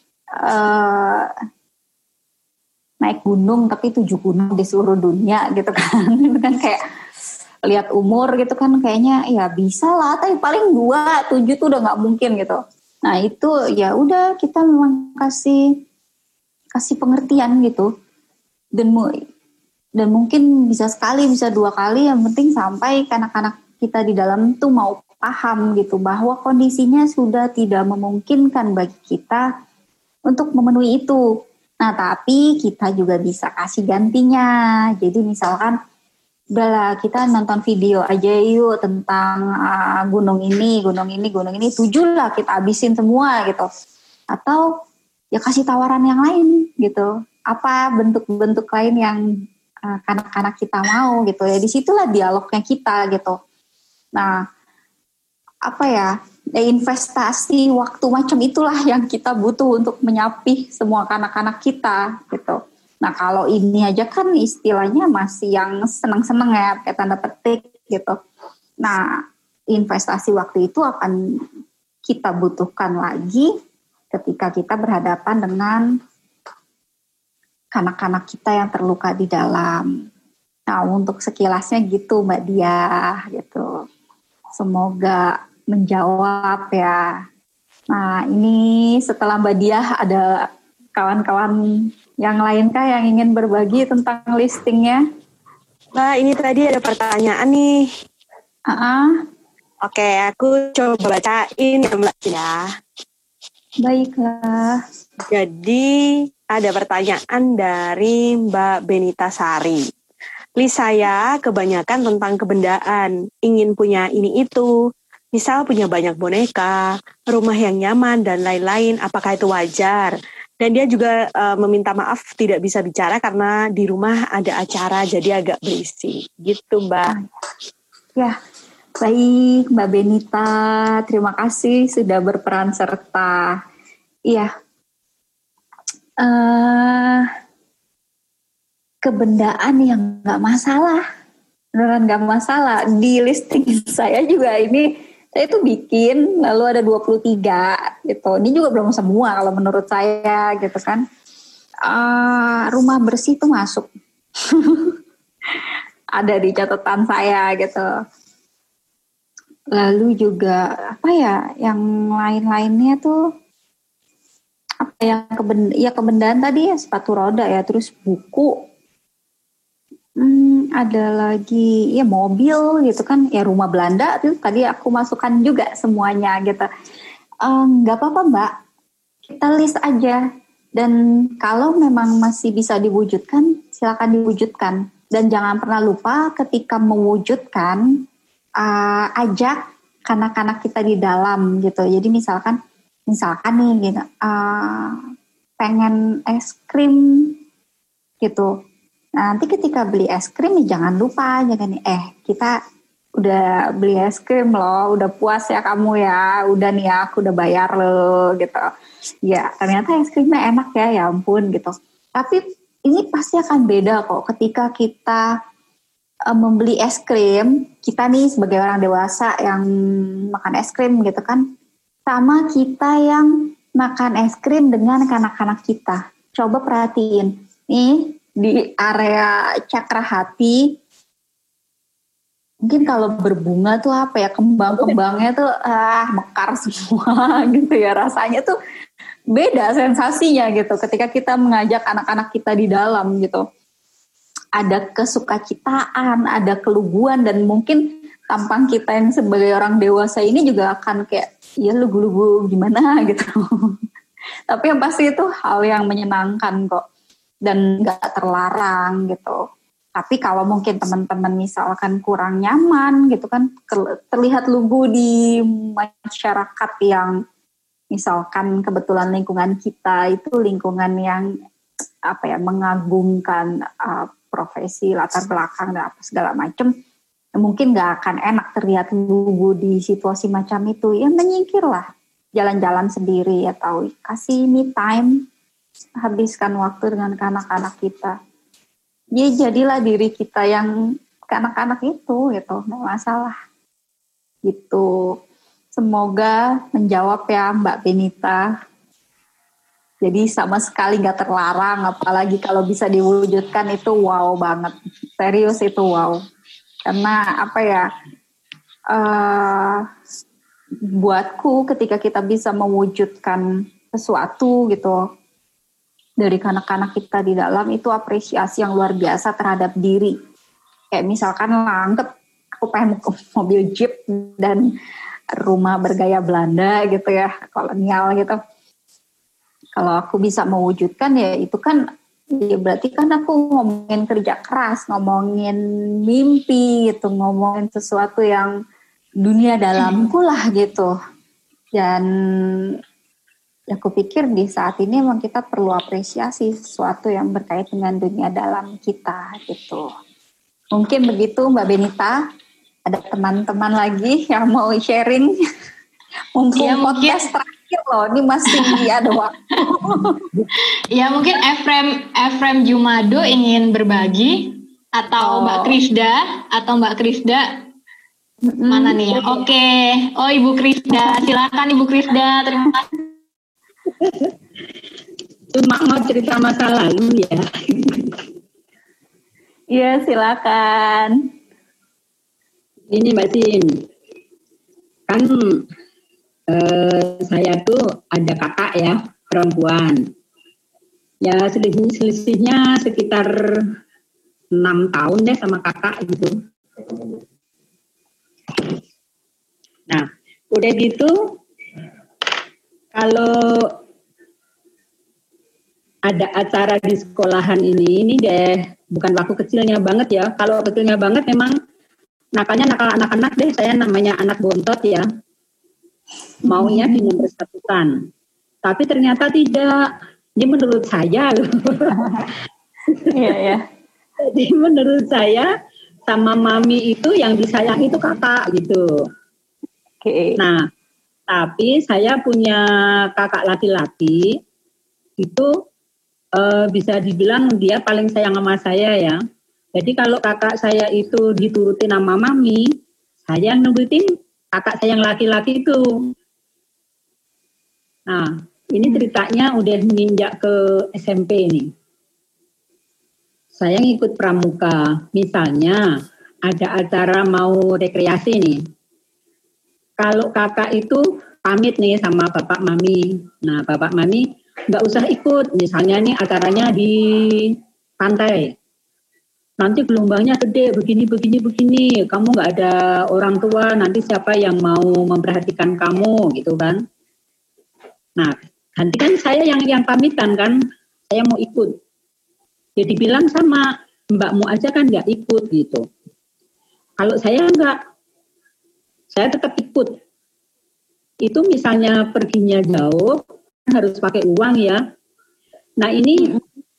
naik gunung tapi 7 gunung di seluruh dunia gitu kan. Itu kan kayak lihat umur gitu kan kayaknya ya bisa lah, tapi paling 2, 7 tuh udah nggak mungkin gitu. Nah itu ya udah kita memang kasih pengertian gitu, dan mungkin bisa sekali, bisa 2 kali, yang penting sampai anak-anak kita di dalam tuh mau paham gitu bahwa kondisinya sudah tidak memungkinkan bagi kita untuk memenuhi itu. Nah tapi kita juga bisa kasih gantinya. Jadi misalkan udahlah kita nonton video aja yuk tentang gunung ini, 7 lah kita habisin semua gitu. Atau ya kasih tawaran yang lain gitu. Apa bentuk-bentuk lain yang anak-anak kita mau gitu ya. Disitulah dialognya kita gitu. Nah apa ya, investasi waktu macam itulah yang kita butuh untuk menyapih semua anak-anak kita gitu. Nah kalau ini aja kan istilahnya masih yang seneng-seneng ya, kayak tanda petik gitu. Nah investasi waktu itu akan kita butuhkan lagi ketika kita berhadapan dengan anak-anak kita yang terluka di dalam. Nah untuk sekilasnya gitu Mbak Diah gitu. Semoga menjawab ya. Nah ini setelah Mbak Diah ada kawan-kawan yang lainkah yang ingin berbagi tentang listingnya? Mbak, ini tadi ada pertanyaan nih. Oke, aku coba bacain ya Mbak ya. Baiklah. Jadi ada pertanyaan dari Mbak Benita Sari. List saya kebanyakan tentang kebendaan, ingin punya ini itu. Misal punya banyak boneka, rumah yang nyaman dan lain-lain, apakah itu wajar? Dan dia juga meminta maaf tidak bisa bicara karena di rumah ada acara jadi agak berisik. Gitu Mbak. Ya, baik Mbak Benita. Terima kasih sudah berperan serta. Iya. Kebendaan yang gak masalah. Beneran gak masalah. Di listing saya juga ini, saya itu bikin lalu ada 23 gitu. Ini juga belum semua kalau menurut saya gitu kan. Rumah bersih itu masuk. Ada di catatan saya gitu. Lalu juga apa ya yang lain-lainnya tuh apa yang kebendaan tadi ya, sepatu roda ya, terus buku. Ada lagi ya mobil gitu kan, ya rumah Belanda tuh tadi aku masukkan juga semuanya gitu. Nggak apa-apa Mbak, kita list aja, dan kalau memang masih bisa diwujudkan silakan diwujudkan, dan jangan pernah lupa ketika mewujudkan ajak anak-anak kita di dalam gitu. Jadi misalkan nih gitu, pengen es krim gitu. Nah, nanti ketika beli es krim jangan lupa kita udah beli es krim loh, udah puas ya kamu ya, udah nih ya aku udah bayar loh gitu. Ya ternyata es krimnya enak ya ampun gitu. Tapi ini pasti akan beda kok ketika kita membeli es krim, kita nih sebagai orang dewasa yang makan es krim gitu kan, sama kita yang makan es krim dengan anak-anak kita. Coba perhatiin nih di area cakra hati, mungkin kalau berbunga tuh apa ya, kembang-kembangnya tuh mekar semua gitu ya, rasanya tuh beda sensasinya gitu ketika kita mengajak anak-anak kita di dalam gitu. Ada kesukacitaan, ada keluguan, dan mungkin tampang kita yang sebagai orang dewasa ini juga akan kayak ya lugu-lugu gimana gitu. Tapi yang pasti itu hal yang menyenangkan kok dan nggak terlarang gitu. Tapi kalau mungkin teman-teman misalkan kurang nyaman gitu kan, terlihat lugu di masyarakat yang misalkan kebetulan lingkungan kita itu lingkungan yang mengagungkan profesi, latar belakang dan apa segala macam, mungkin nggak akan enak terlihat lugu di situasi macam itu. Ya menyingkirlah, jalan-jalan sendiri atau kasih me time, habiskan waktu dengan anak-anak kita. Ya jadilah diri kita yang anak-anak itu gitu, nggak masalah gitu. Semoga menjawab ya Mbak Benita. Jadi sama sekali nggak terlarang, apalagi kalau bisa diwujudkan itu wow banget, serius itu wow. Karena buatku ketika kita bisa mewujudkan sesuatu gitu dari anak-anak kita di dalam, itu apresiasi yang luar biasa terhadap diri. Kayak misalkan anggap aku pengen mobil Jeep dan rumah bergaya Belanda gitu ya, kolonial gitu. Kalau aku bisa mewujudkan ya itu kan, ya berarti kan aku ngomongin kerja keras, ngomongin mimpi gitu, ngomongin sesuatu yang dunia dalamku lah gitu. Dan ya aku pikir di saat ini memang kita perlu apresiasi sesuatu yang berkait dengan dunia dalam kita gitu. Mungkin begitu Mbak Benita. Ada teman-teman lagi yang mau sharing? Mumpung ya, podcast terakhir loh, ini masih ada waktu. Ya mungkin Efrem Jumado ingin berbagi, atau Mbak Krisda, mana nih ya? Oke. Oh Ibu Krisda, silakan Ibu Krisda, terima kasih. Cuma mau cerita masa lalu ya. Iya silakan. Ini Mbak Sin, kan saya tuh ada kakak ya, perempuan. Ya selisihnya sekitar 6 tahun deh sama kakak gitu. Nah, udah gitu, kalau ada acara di sekolahan ini deh, bukan waktu kecilnya banget ya. Kalau kecilnya banget memang nakal anak-anak deh, saya namanya anak bontot ya. Maunya dinomorstatukan. Tapi ternyata tidak. Ini menurut saya loh. Iya. Jadi menurut saya sama mami itu yang disayang itu kakak gitu. Oke. Nah, tapi saya punya kakak laki-laki itu bisa dibilang dia paling sayang sama saya ya. Jadi kalau kakak saya itu diturutin sama mami, saya yang nurutin kakak saya yang laki-laki itu. Nah, ini ceritanya udah menginjak ke SMP nih. Saya ngikut pramuka, misalnya ada acara mau rekreasi nih. Kalau kakak itu pamit nih sama bapak mami. Nah, bapak mami nggak usah ikut, misalnya nih acaranya di pantai. Nanti gelombangnya gede, begini. Kamu nggak ada orang tua, nanti siapa yang mau memperhatikan kamu, gitu kan? Nah, ganti kan saya yang pamitan kan, saya mau ikut. Jadi bilang sama mbakmu aja kan nggak ikut gitu. Kalau saya nggak, saya tetap ikut. Itu misalnya perginya jauh, harus pakai uang ya. Nah ini,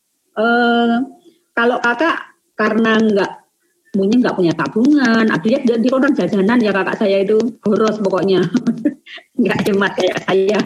kalau kakak karena nggak punya tabungan, artinya di orang jajanan ya kakak saya itu boros pokoknya, nggak hemat kayak saya.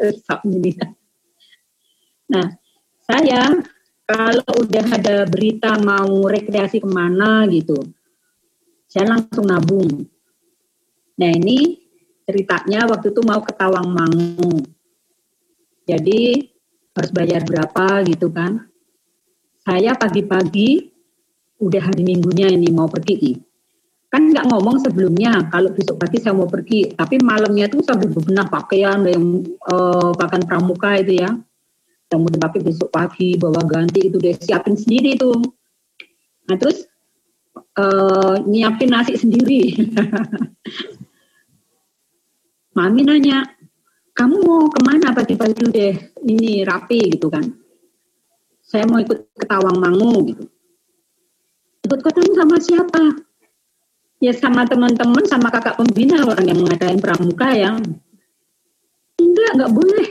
Nah saya kalau udah ada berita mau rekreasi kemana gitu, saya langsung nabung. Nah ini ceritanya waktu itu mau ke Tawangmangu, jadi harus bayar berapa gitu kan. Saya pagi-pagi udah hari Minggunya ini mau pergi nih. Kan nggak ngomong sebelumnya kalau besok pagi saya mau pergi, tapi malamnya tuh sambil bebenah pakaian yang pakaian pramuka itu ya. Yang mau dipakai besok pagi, bawa ganti itu udah siapin sendiri tuh. Nah terus nyiapin nasi sendiri. Mami nanya, kamu mau kemana pagi-pagi deh, ini rapi gitu kan. Saya mau ikut ke Tawangmangu gitu. Ikut ketemu sama siapa? Ya sama teman-teman, sama kakak pembina orang yang mengadain pramuka yang enggak boleh.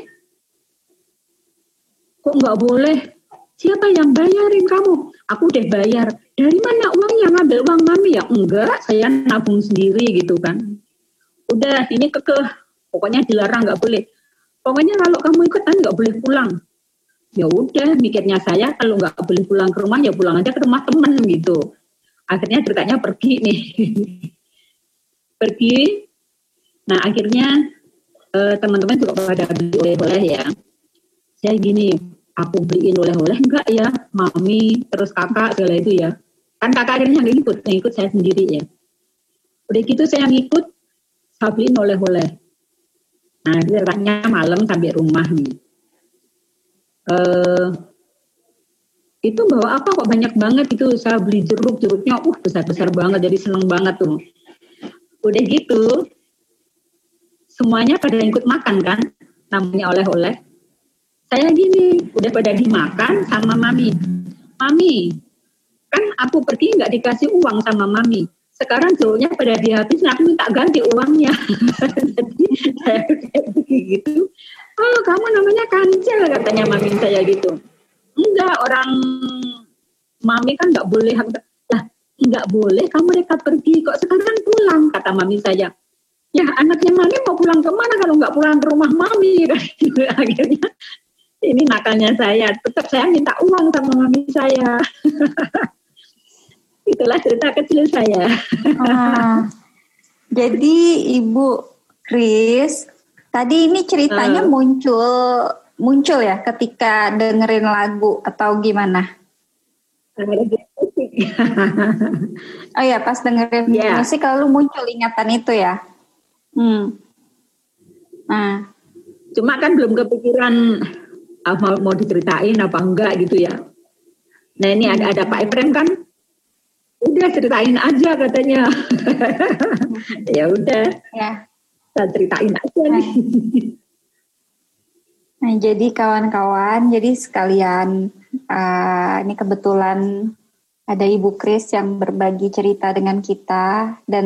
Kok enggak boleh? Siapa yang bayarin kamu? Aku udah bayar. Dari mana uangnya? Ngambil uang mami ya? Enggak, saya nabung sendiri gitu kan. Udah, ini kekeh. Pokoknya dilarang enggak boleh. Pokoknya kalau kamu ikutan enggak boleh pulang. Ya udah, mikirnya saya kalau nggak boleh pulang ke rumah ya pulang aja ke rumah teman gitu. Akhirnya ceritanya pergi nih, pergi. Nah akhirnya teman-teman juga pada beli oleh-oleh ya. Saya gini, aku beliin oleh-oleh enggak ya, mami terus kakak segala itu ya. Kan kakak akhirnya nggak ikut saya sendiri ya. Udah gitu saya ngikut, saya beliin oleh-oleh. Nah ceritanya malam sampai rumah nih. Itu bawa apa kok banyak banget itu, saya beli jeruknya besar-besar banget, jadi seneng banget tuh. Udah gitu semuanya pada ikut makan kan, namanya oleh-oleh. Saya gini, udah pada dimakan sama mami, kan aku pergi nggak dikasih uang sama mami, sekarang jeruknya pada dihabisin, aku minta ganti uangnya. Jadi saya kayak begitu. Oh kamu namanya kancil katanya mami saya gitu. Enggak, orang mami kan nggak boleh. Lah nggak boleh, kamu nekat pergi kok sekarang pulang, kata mami saya. Ya anaknya mami mau pulang kemana kalau nggak pulang ke rumah mami. Akhirnya ini nakalnya saya, tetap saya minta uang sama mami saya. Itulah cerita kecil saya. Jadi Ibu Kris, tadi ini ceritanya muncul ya ketika dengerin lagu atau gimana? Oh ya, pas dengerin musik lalu muncul ingatan itu ya. Nah, cuma kan belum kepikiran mau diceritain apa enggak gitu ya. Nah ini ada Pak Efrem kan, udah ceritain aja katanya. Ya udah. Ya. Saya ceritain aja nih. Nah, jadi kawan-kawan, jadi sekalian ini kebetulan ada Ibu Kris yang berbagi cerita dengan kita, dan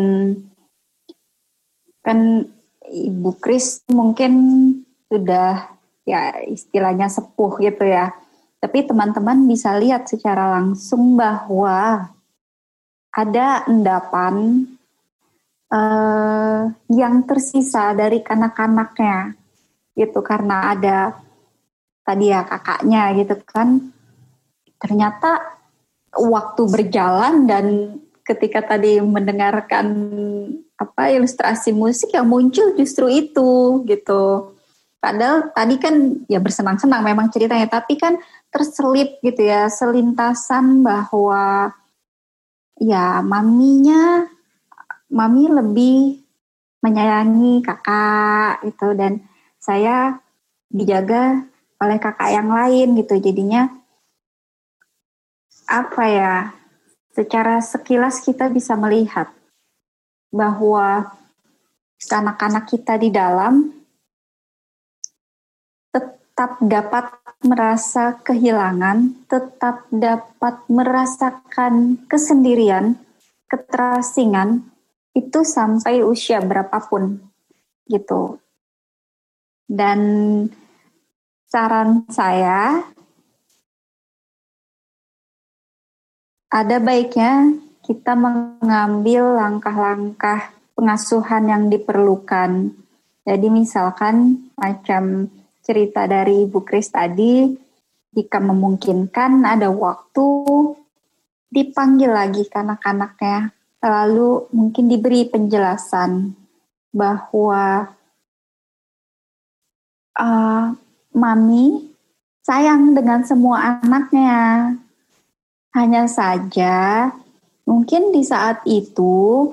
kan Ibu Kris mungkin sudah ya istilahnya sepuh gitu ya. Tapi teman-teman bisa lihat secara langsung bahwa ada endapan yang tersisa dari kanak-kanaknya gitu, karena ada tadi ya kakaknya gitu kan. Ternyata waktu berjalan dan ketika tadi mendengarkan ilustrasi musik yang muncul justru itu gitu. Padahal tadi kan ya bersenang-senang memang ceritanya, tapi kan terselip gitu ya selintasan bahwa ya mami lebih menyayangi kakak gitu, dan saya dijaga oleh kakak yang lain gitu. Jadinya secara sekilas kita bisa melihat bahwa anak-anak kita di dalam tetap dapat merasa kehilangan, tetap dapat merasakan kesendirian, keterasingan, itu sampai usia berapapun gitu. Dan saran saya, ada baiknya kita mengambil langkah-langkah pengasuhan yang diperlukan. Jadi misalkan macam cerita dari Ibu Kris tadi, jika memungkinkan ada waktu dipanggil lagi kanak-kanaknya, lalu mungkin diberi penjelasan bahwa mami sayang dengan semua anaknya. Hanya saja mungkin di saat itu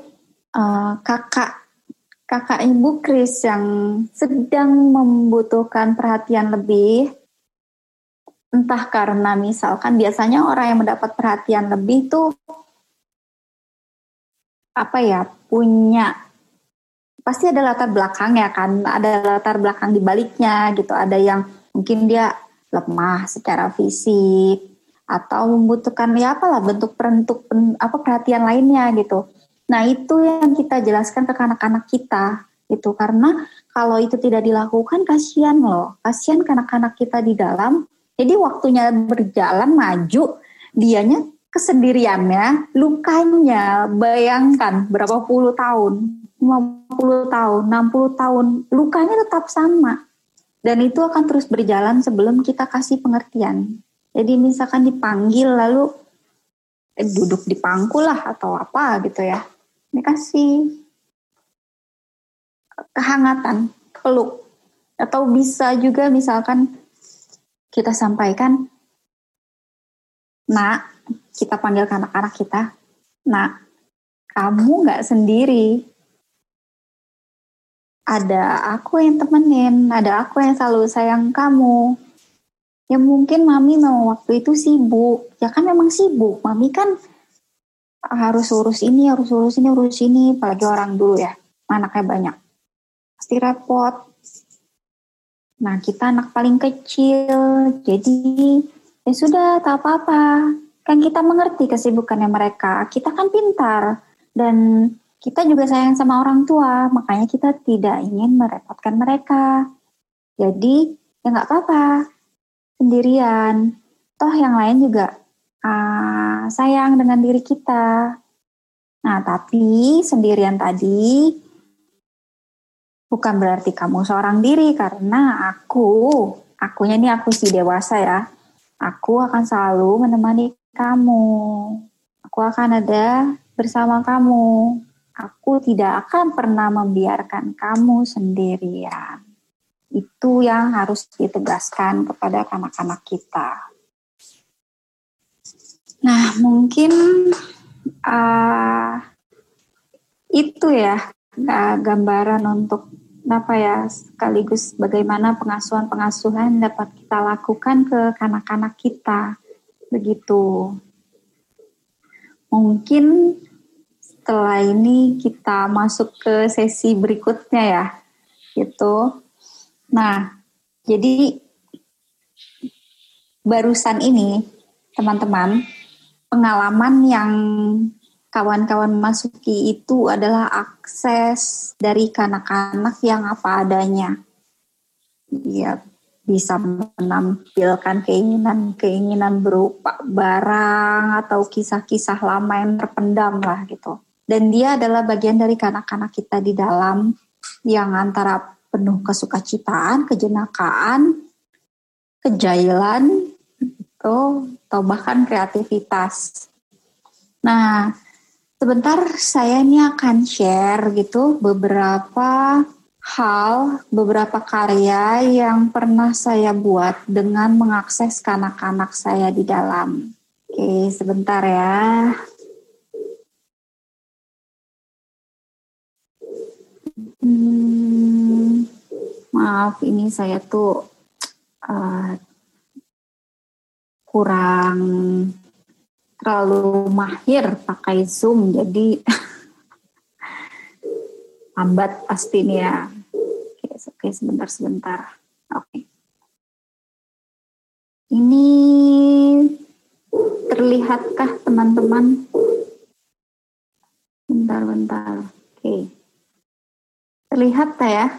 kakak Ibu Kris yang sedang membutuhkan perhatian lebih, entah karena misalkan biasanya orang yang mendapat perhatian lebih tuh punya pasti ada latar belakang ya kan, ada latar belakang di baliknya gitu. Ada yang mungkin dia lemah secara fisik atau membutuhkan ya apalah bentuk perhatian lainnya gitu. Nah itu yang kita jelaskan ke anak-anak kita gitu, karena kalau itu tidak dilakukan kasihan anak-anak kita di dalam. Jadi waktunya berjalan maju, dianya kesendiriannya, lukanya, bayangkan berapa puluh tahun, 50 tahun, 60 tahun, lukanya tetap sama. Dan itu akan terus berjalan sebelum kita kasih pengertian. Jadi misalkan dipanggil lalu duduk di pangku lah atau apa gitu ya. Dikasih kehangatan, peluk. Atau bisa juga misalkan kita sampaikan, nak, kita panggil ke anak-anak kita, nak, kamu gak sendiri. Ada aku yang temenin, ada aku yang selalu sayang kamu. Ya mungkin mami memang waktu itu sibuk, ya kan memang sibuk. Mami kan harus urus ini, apalagi orang dulu ya, anaknya banyak. Pasti repot. Nah kita anak paling kecil, jadi ya sudah tak apa-apa. Kan kita mengerti kesibukannya mereka, kita kan pintar. Dan kita juga sayang sama orang tua, makanya kita tidak ingin merepotkan mereka. Jadi ya gak apa-apa, sendirian. Toh yang lain juga sayang dengan diri kita. Nah tapi sendirian tadi bukan berarti kamu seorang diri, karena akunya ini aku si dewasa ya, aku akan selalu menemani kamu, aku akan ada bersama kamu, aku tidak akan pernah membiarkan kamu sendirian. Itu yang harus ditegaskan kepada anak-anak kita. Nah mungkin itu ya gambaran untuk apa ya, sekaligus bagaimana pengasuhan dapat kita lakukan ke anak-anak kita, begitu. Mungkin setelah ini kita masuk ke sesi berikutnya ya, gitu. Nah, jadi barusan ini teman-teman, pengalaman yang kawan-kawan masuki itu adalah akses dari kanak-kanak yang apa adanya. Dia bisa menampilkan keinginan berupa barang atau kisah-kisah lama yang terpendam lah gitu. Dan dia adalah bagian dari kanak-kanak kita di dalam yang antara penuh kesukacitaan, kejenakaan, kejailan, atau bahkan kreativitas. Nah, sebentar saya ini akan share gitu beberapa hal, beberapa karya yang pernah saya buat dengan mengakses kanak-kanak saya di dalam. Oke, sebentar ya. Maaf, ini saya tuh kurang terlalu mahir pakai Zoom, jadi lambat pasti nih ya. Oke, sebentar. Oke. Ini terlihatkah teman-teman? Bentar. Oke. Terlihat tak ya?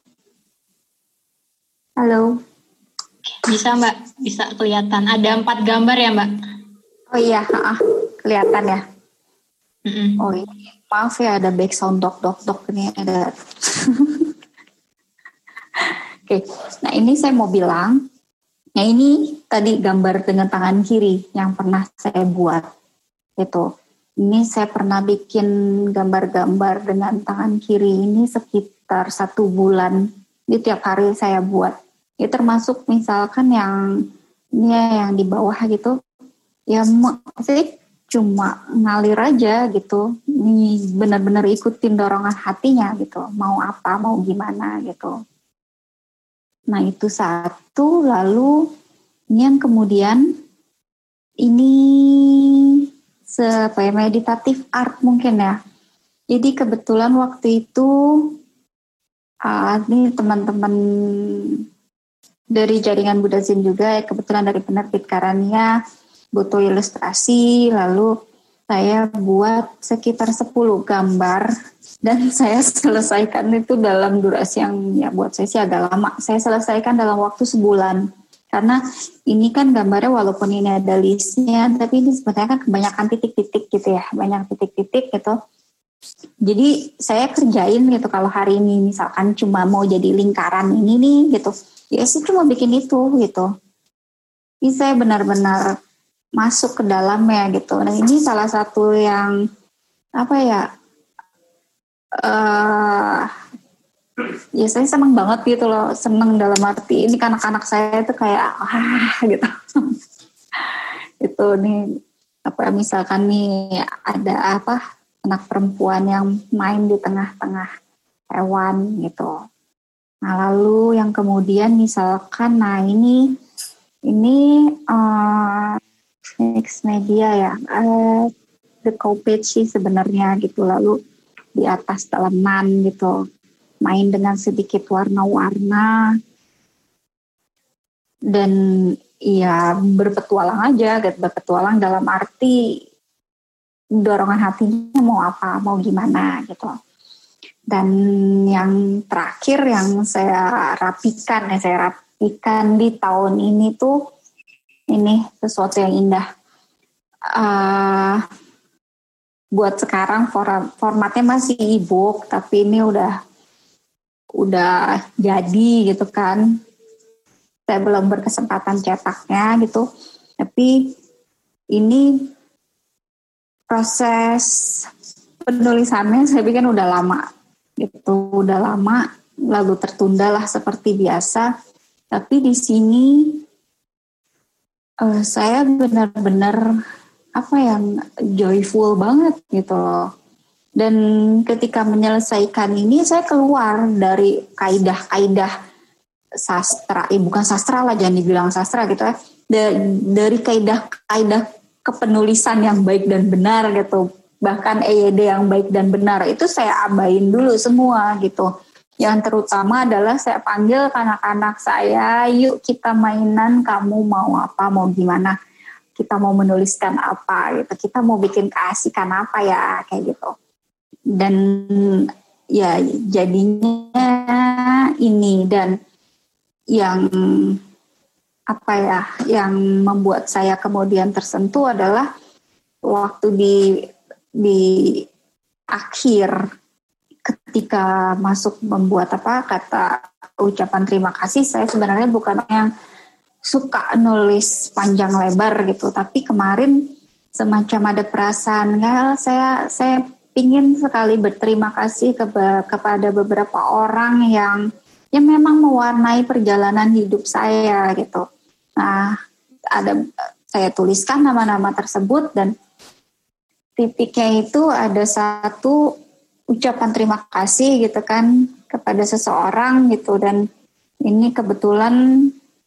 Halo? Bisa Mbak, bisa kelihatan. Ada 4 gambar ya Mbak? Oh iya, kelihatan ya. Oh iya, maaf ya ada background dok ini ada. Oke, nah ini saya mau bilang, nah ini tadi gambar dengan tangan kiri yang pernah saya buat. Itu, ini saya pernah bikin gambar-gambar dengan tangan kiri ini sekitar 1 bulan. Di tiap hari saya buat. Ya termasuk misalkan yang ini yang di bawah gitu. Ya sih cuma ngalir aja gitu. Ini benar-benar ikutin dorongan hatinya gitu. Mau apa, mau gimana gitu. Nah itu satu. Lalu ini yang kemudian ini meditatif art mungkin ya. Jadi kebetulan waktu itu Ini teman-teman dari jaringan Budazin juga, kebetulan dari penerbit Karania butuh ilustrasi, lalu saya buat sekitar 10 gambar dan saya selesaikan itu dalam durasi yang ya buat saya sih agak lama. Saya selesaikan dalam waktu sebulan. Karena ini kan gambarnya walaupun ini ada listnya, tapi ini sebenarnya kan kebanyakan titik-titik gitu ya, banyak titik-titik gitu. Jadi saya kerjain gitu kalau hari ini misalkan cuma mau jadi lingkaran ini nih gitu, ya sih cuma bikin itu gitu. Ini saya benar-benar masuk ke dalamnya gitu. Nah ini salah satu yang apa ya? Ya saya senang banget gitu loh, senang dalam arti ini anak-anak saya itu kayak gitu. Itu nih apa misalkan nih ada apa? Anak perempuan yang main di tengah-tengah hewan gitu. Nah lalu yang kemudian misalkan, nah ini next media ya, the cottage sih sebenarnya gitu. Lalu di atas talenan gitu, main dengan sedikit warna-warna dan ya berpetualang aja, gitu. Berpetualang dalam arti dorongan hatinya mau apa, mau gimana gitu. Dan yang terakhir yang saya rapikan di tahun ini tuh ini sesuatu yang indah. Buat sekarang formatnya masih e-book, tapi ini udah jadi gitu kan. Saya belum berkesempatan cetaknya gitu, tapi ini proses penulisannya saya pikir udah lama gitu, lalu tertunda lah seperti biasa. Tapi di sini saya benar-benar joyful banget gitu loh. Dan ketika menyelesaikan ini saya keluar dari kaidah-kaidah sastra, bukan sastra lah, jangan dibilang sastra gitu ya. Dari kaidah-kaidah kepenulisan yang baik dan benar gitu, bahkan EYD yang baik dan benar itu saya abain dulu semua gitu. Yang terutama adalah saya panggil anak-anak saya, yuk kita mainan, kamu mau apa, mau gimana, kita mau menuliskan apa gitu, kita mau bikin keasikan apa ya kayak gitu. Dan ya jadinya ini, dan yang yang membuat saya kemudian tersentuh adalah waktu di akhir ketika masuk membuat kata ucapan terima kasih. Saya sebenarnya bukan yang suka nulis panjang lebar gitu, tapi kemarin semacam ada perasaan saya ingin sekali berterima kasih kepada beberapa orang yang memang mewarnai perjalanan hidup saya gitu. Nah, saya tuliskan nama-nama tersebut dan titiknya itu ada satu ucapan terima kasih gitu kan kepada seseorang gitu, dan ini kebetulan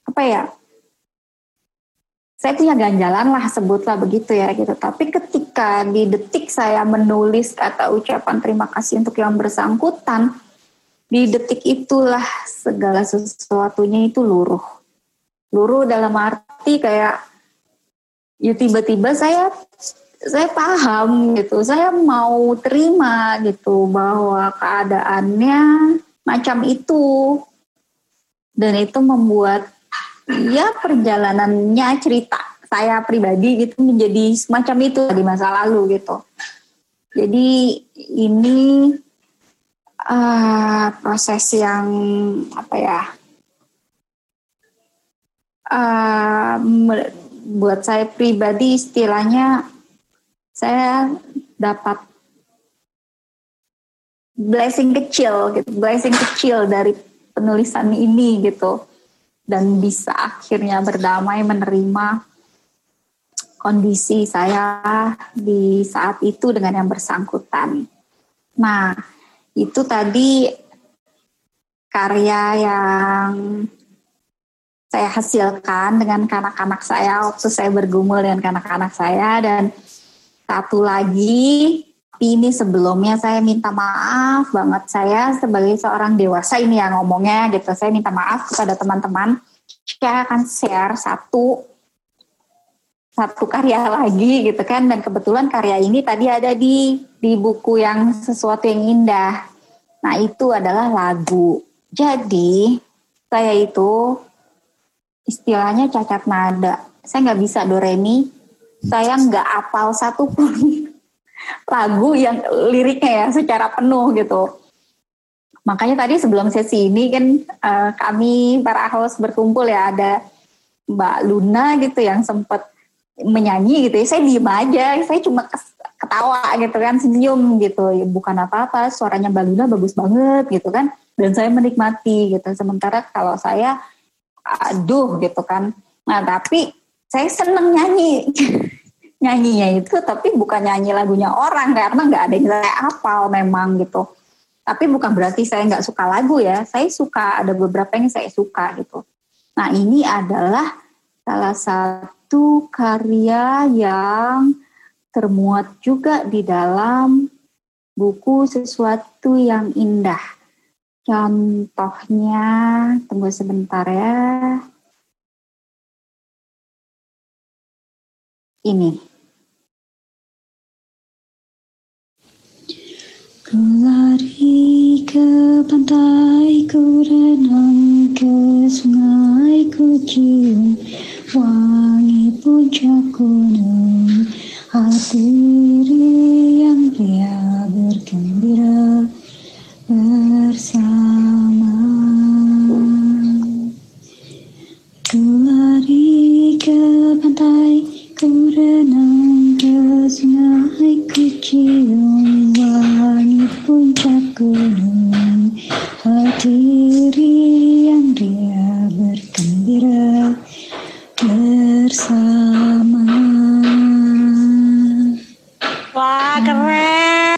saya punya ganjalan lah, sebutlah begitu ya gitu. Tapi ketika di detik saya menulis kata ucapan terima kasih untuk yang bersangkutan, di detik itulah segala sesuatunya itu luruh dalam arti kayak ya tiba-tiba saya paham gitu, saya mau terima gitu bahwa keadaannya macam itu, dan itu membuat ya perjalanannya cerita saya pribadi gitu menjadi semacam itu di masa lalu gitu. Jadi ini proses yang buat saya pribadi istilahnya saya dapat blessing kecil dari penulisan ini gitu, dan bisa akhirnya berdamai menerima kondisi saya di saat itu dengan yang bersangkutan. Nah, itu tadi karya yang saya hasilkan dengan kanak-kanak saya waktu saya bergumul dengan kanak-kanak saya. Dan satu lagi Tapi ini sebelumnya saya minta maaf banget, saya sebagai seorang dewasa ini ya ngomongnya gitu, saya minta maaf kepada teman-teman. Saya akan share satu karya lagi gitu kan, dan kebetulan karya ini tadi ada di buku yang Sesuatu yang Indah. Nah itu adalah lagu. Jadi saya itu istilahnya cacat nada. Saya nggak bisa do re mi, saya nggak hafal satupun lagu yang liriknya ya secara penuh gitu. Makanya tadi sebelum sesi ini kan kami para host berkumpul ya, ada Mbak Luna gitu yang sempat menyanyi gitu ya, saya diem aja, saya cuma ketawa gitu kan, senyum gitu, ya, bukan apa-apa, suaranya Mbak Luna bagus banget gitu kan, dan saya menikmati gitu. Sementara kalau saya aduh gitu kan, nah tapi saya seneng nyanyi nyanyinya itu, tapi bukan nyanyi lagunya orang karena nggak ada yang saya hafal memang gitu. Tapi bukan berarti saya nggak suka lagu ya, saya suka, ada beberapa yang saya suka gitu. Nah ini adalah salah satu karya yang termuat juga di dalam buku Sesuatu yang Indah. Contohnya, tunggu sebentar ya. Ini. Ku lari ke pantai, ku renang ke sungai, ku cium wangi puncak gunung, hati yang ria bergembira bersama. Ku lari ke pantai, ku renang ke sungai, ku cium wangi puncak gunung, hati yang ria bergembira bersama. Wah, keren.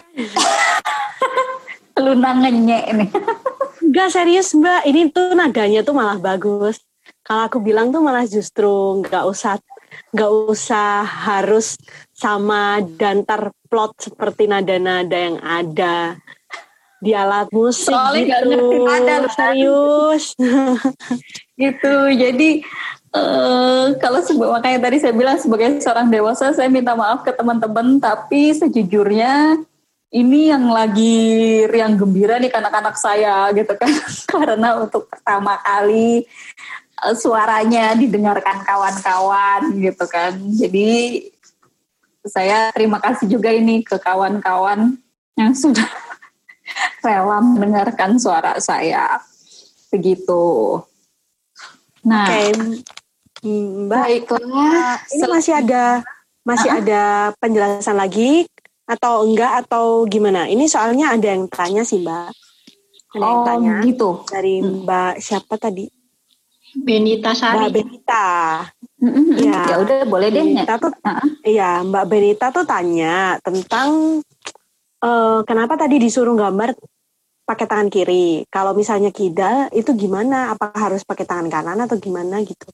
Luna ngenyek nih. Enggak, serius Mbak, ini tuh nadanya tuh malah bagus. Kalau aku bilang tuh malah justru nggak usah harus sama dan terplot seperti nada-nada yang ada di alat musik. Soalnya gitu. nggak ngerti nada, serius. Gitu. Jadi kalau makanya tadi saya bilang sebagai seorang dewasa saya minta maaf ke teman-teman, tapi sejujurnya ini yang lagi riang gembira nih anak-anak saya gitu kan. Karena untuk pertama kali suaranya didengarkan kawan-kawan gitu kan. Jadi saya terima kasih juga ini ke kawan-kawan yang sudah rela mendengarkan suara saya. Begitu. Nah, Mbak, baiklah. ini masih ada penjelasan lagi atau enggak atau gimana? Ini soalnya ada yang tanya sih Mbak. Ada yang tanya gitu. Dari Mbak siapa tadi? Benita Sari. Mbak Benita. Ya udah boleh deh. Iya, Mbak Benita tuh tanya tentang kenapa tadi disuruh gambar pakai tangan kiri. Kalau misalnya kidal itu gimana? Apakah harus pakai tangan kanan atau gimana gitu?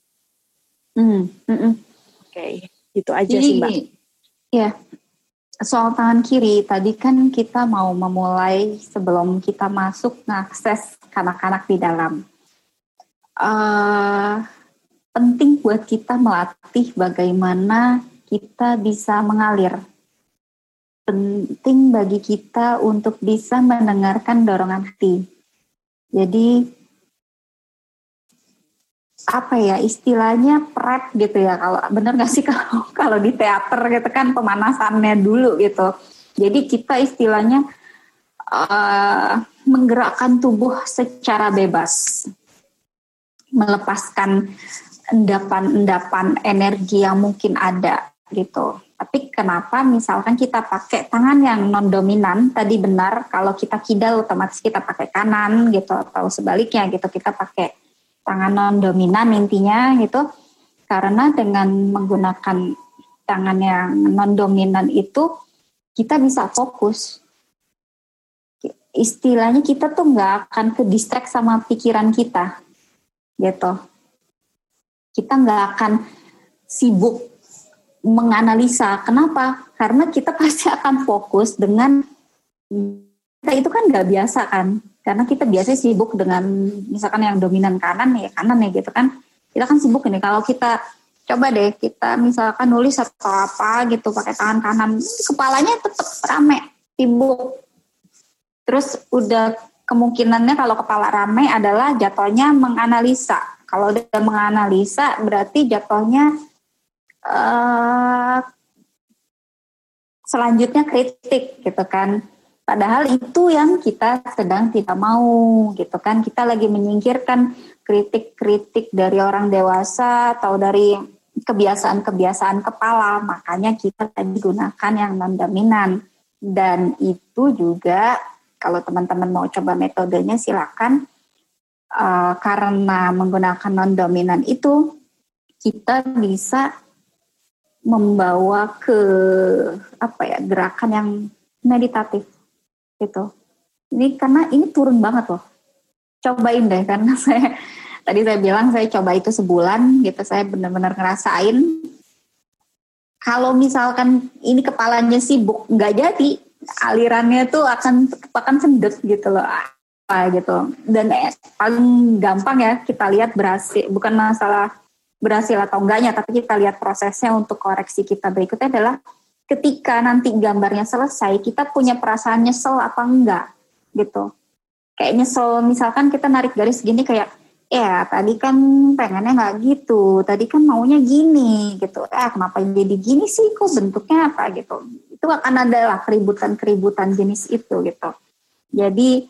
Oke, gitu aja sih Mbak. Ya, soal tangan kiri tadi kan kita mau memulai sebelum kita masuk ngakses kanak-kanak di dalam. Penting buat kita melatih bagaimana kita bisa mengalir. Penting bagi kita untuk bisa mendengarkan dorongan hati. Jadi apa ya istilahnya prep gitu ya, kalau benar nggak sih kalau di teater gitu kan pemanasannya dulu gitu. Jadi kita istilahnya menggerakkan tubuh secara bebas, melepaskan endapan-endapan energi yang mungkin ada gitu. Tapi kenapa misalkan kita pakai tangan yang non-dominan, tadi benar kalau kita kidal otomatis kita pakai kanan gitu, atau sebaliknya gitu, kita pakai tangan non-dominan intinya gitu. Karena dengan menggunakan tangan yang non-dominan itu kita bisa fokus. Istilahnya kita tuh nggak akan ke distract sama pikiran kita gitu. Kita nggak akan sibuk menganalisa. Kenapa? Karena kita pasti akan fokus dengan kita itu kan nggak biasa kan, karena kita biasanya sibuk dengan misalkan yang dominan kanan ya gitu kan. Kita kan sibuk ini. Kalau kita coba deh kita misalkan nulis atau apa gitu pakai tangan kanan, kepalanya tetap rame, sibuk. Terus udah kemungkinannya kalau kepala rame adalah jatuhnya menganalisa. Kalau udah menganalisa berarti jatuhnya selanjutnya kritik gitu kan. Padahal itu yang kita sedang tidak mau gitu kan. Kita lagi menyingkirkan kritik-kritik dari orang dewasa atau dari kebiasaan-kebiasaan kepala. Makanya kita tadi gunakan yang non-dominan. Dan itu juga kalau teman-teman mau coba metodenya silakan. Karena menggunakan non-dominan itu kita bisa membawa ke gerakan yang meditatif gitu. Ini karena ini turun banget loh. Cobain deh karena tadi saya bilang saya coba itu sebulan gitu, saya benar-benar ngerasain kalau misalkan ini kepalanya sibuk nggak jadi, alirannya tuh akan sendet gitu loh gitu. Dan paling gampang ya kita lihat berhasil, bukan masalah berhasil atau enggaknya, tapi kita lihat prosesnya untuk koreksi kita berikutnya adalah ketika nanti gambarnya selesai, kita punya perasaan nyesel apa enggak gitu. Kayak nyesel, misalkan kita narik garis gini kayak, ya tadi kan pengennya nggak gitu, tadi kan maunya gini gitu, kenapa jadi gini sih, kok bentuknya apa gitu. Itu akan ada lah keributan-keributan jenis itu gitu. Jadi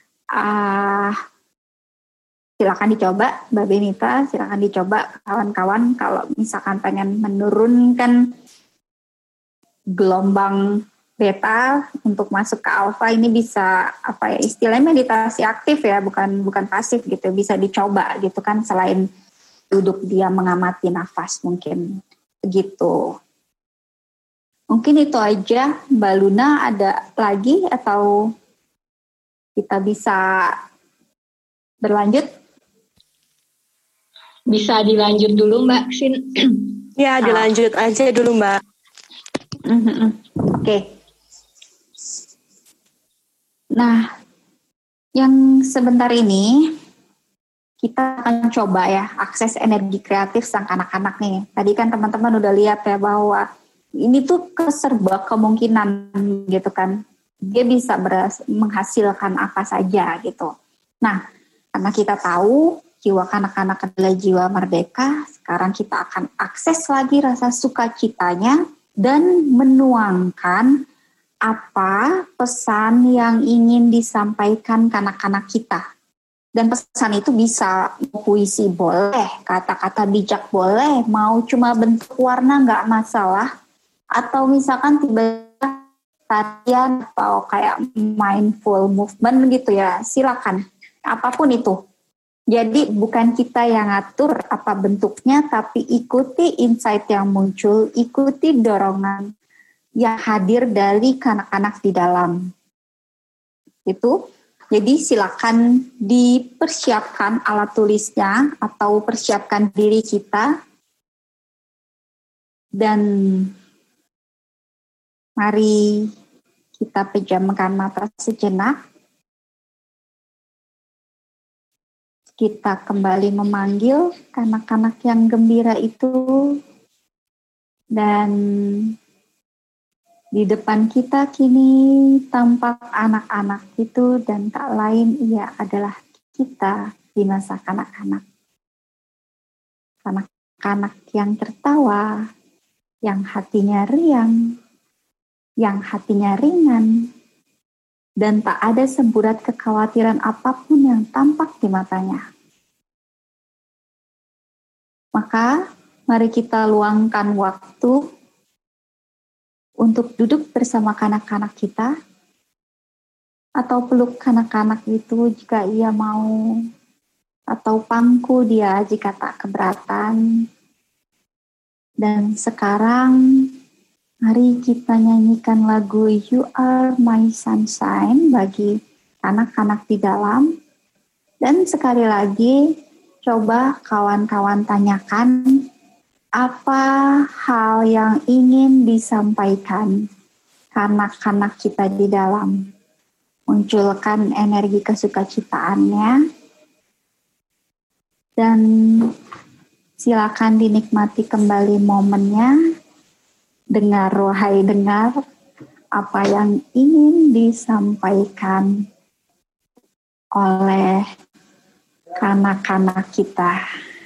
silakan dicoba, Mbak Benita, silakan dicoba kawan-kawan kalau misalkan pengen menurunkan gelombang beta untuk masuk ke alfa, ini bisa istilahnya meditasi aktif ya, bukan pasif gitu, bisa dicoba gitu kan, selain duduk dia mengamati nafas mungkin gitu. Mungkin itu aja, Mbak Luna, ada lagi atau kita bisa berlanjut? Bisa dilanjut dulu Mbak Sin. Ya, dilanjut aja dulu Mbak. Oke. Nah, yang sebentar ini kita akan coba ya akses energi kreatif sang anak-anak nih. Tadi kan teman-teman udah lihat ya bahwa ini tuh keserba kemungkinan gitu kan. Dia bisa menghasilkan apa saja gitu. Nah, karena kita tahu jiwa kanak-kanak adalah jiwa merdeka, sekarang kita akan akses lagi rasa sukacitanya dan menuangkan apa pesan yang ingin disampaikan kanak-kanak kita. Dan pesan itu bisa puisi boleh, kata-kata bijak boleh, mau cuma bentuk warna nggak masalah, atau misalkan tiba-tiba tarian atau kayak mindful movement gitu ya, silakan. Apapun itu. Jadi bukan kita yang ngatur apa bentuknya, tapi ikuti insight yang muncul, ikuti dorongan yang hadir dari kanak-kanak di dalam. Itu. Jadi silakan dipersiapkan alat tulisnya atau persiapkan diri kita. Dan mari kita pejamkan mata sejenak. Kita kembali memanggil kanak-kanak yang gembira itu, dan di depan kita kini tampak anak-anak itu, dan tak lain ia adalah kita di masa kanak-kanak. Kanak-kanak yang tertawa, yang hatinya riang, yang hatinya ringan, dan tak ada semburat kekhawatiran apapun yang tampak di matanya. Maka, mari kita luangkan waktu untuk duduk bersama kanak-kanak kita, atau peluk kanak-kanak itu jika ia mau, atau pangku dia jika tak keberatan. Dan sekarang, mari kita nyanyikan lagu You Are My Sunshine bagi anak-anak di dalam. Dan sekali lagi, coba kawan-kawan tanyakan, apa hal yang ingin disampaikan kanak-kanak kita di dalam. Munculkan energi kesukacitaannya dan silakan dinikmati kembali momennya. Dengar, wahai dengar, apa yang ingin disampaikan oleh kanak-kanak kita.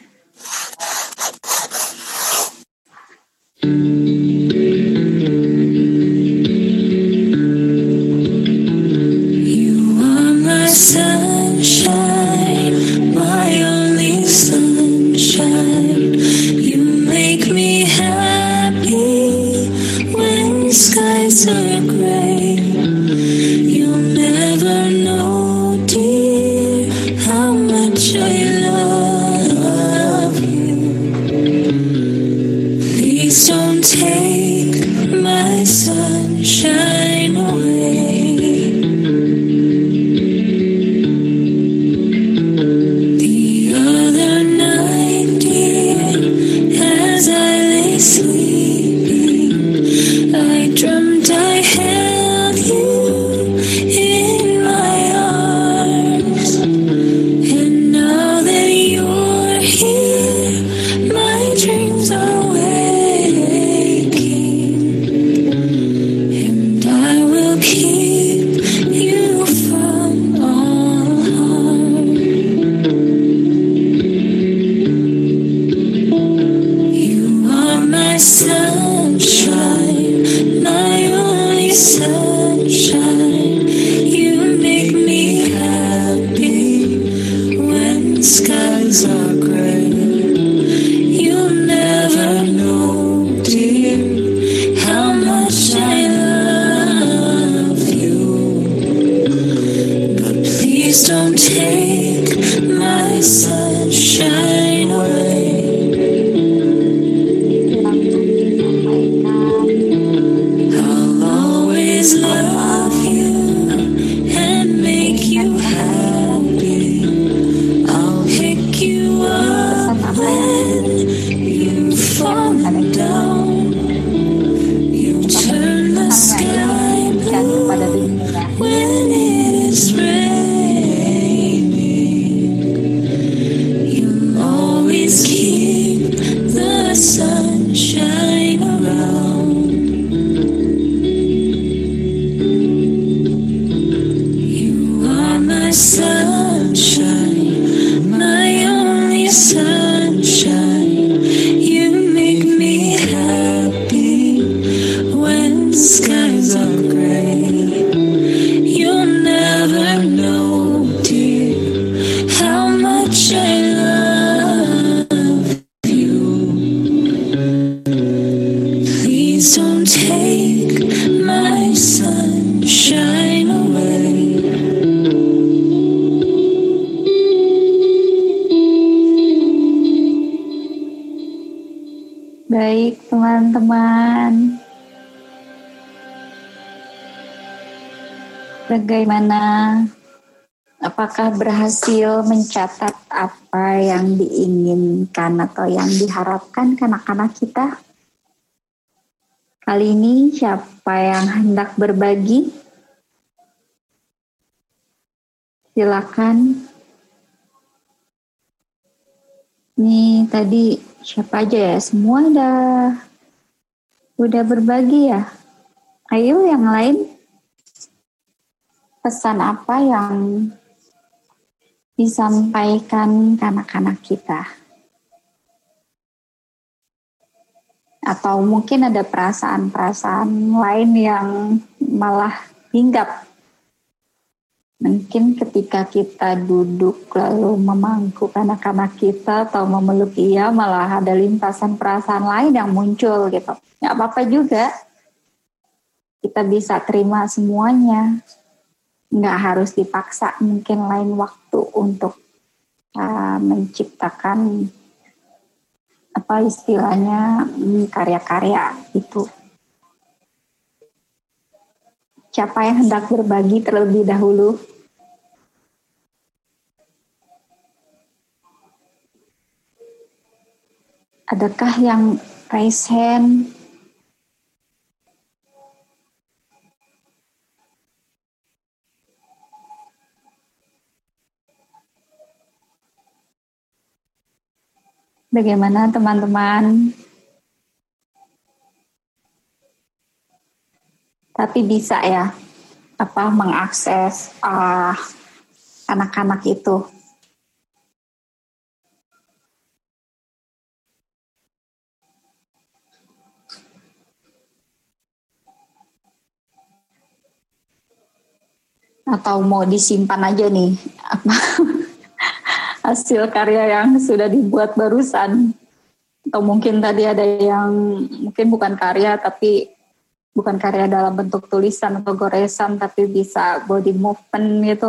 Sunshine, my only sunshine. You make me happy when skies are gray. You'll never know, dear, how much I love you. Please don't take my sunshine away. Baik teman-teman, bagaimana? Apakah berhasil mencatat apa yang diinginkan atau yang diharapkan kanak-kanak kita? Kali ini siapa yang hendak berbagi? Silakan. Nih tadi siapa aja ya? Semua udah berbagi ya? Ayo yang lain. Pesan apa yang disampaikan kanak-kanak kita? Atau mungkin ada perasaan-perasaan lain yang malah hinggap. Mungkin ketika kita duduk lalu memangku anak-anak kita atau memeluk ia, malah ada lintasan perasaan lain yang muncul gitu. Ya apa-apa juga, kita bisa terima semuanya. Nggak harus dipaksa, mungkin lain waktu untuk menciptakan apa istilahnya karya-karya itu. Siapa yang hendak berbagi terlebih dahulu? Adakah yang raise hand? Bagaimana teman-teman? Tapi bisa ya, mengakses anak-anak itu. Atau mau disimpan aja nih hasil karya yang sudah dibuat barusan, atau mungkin tadi ada yang mungkin bukan karya dalam bentuk tulisan atau goresan, tapi bisa body movement gitu.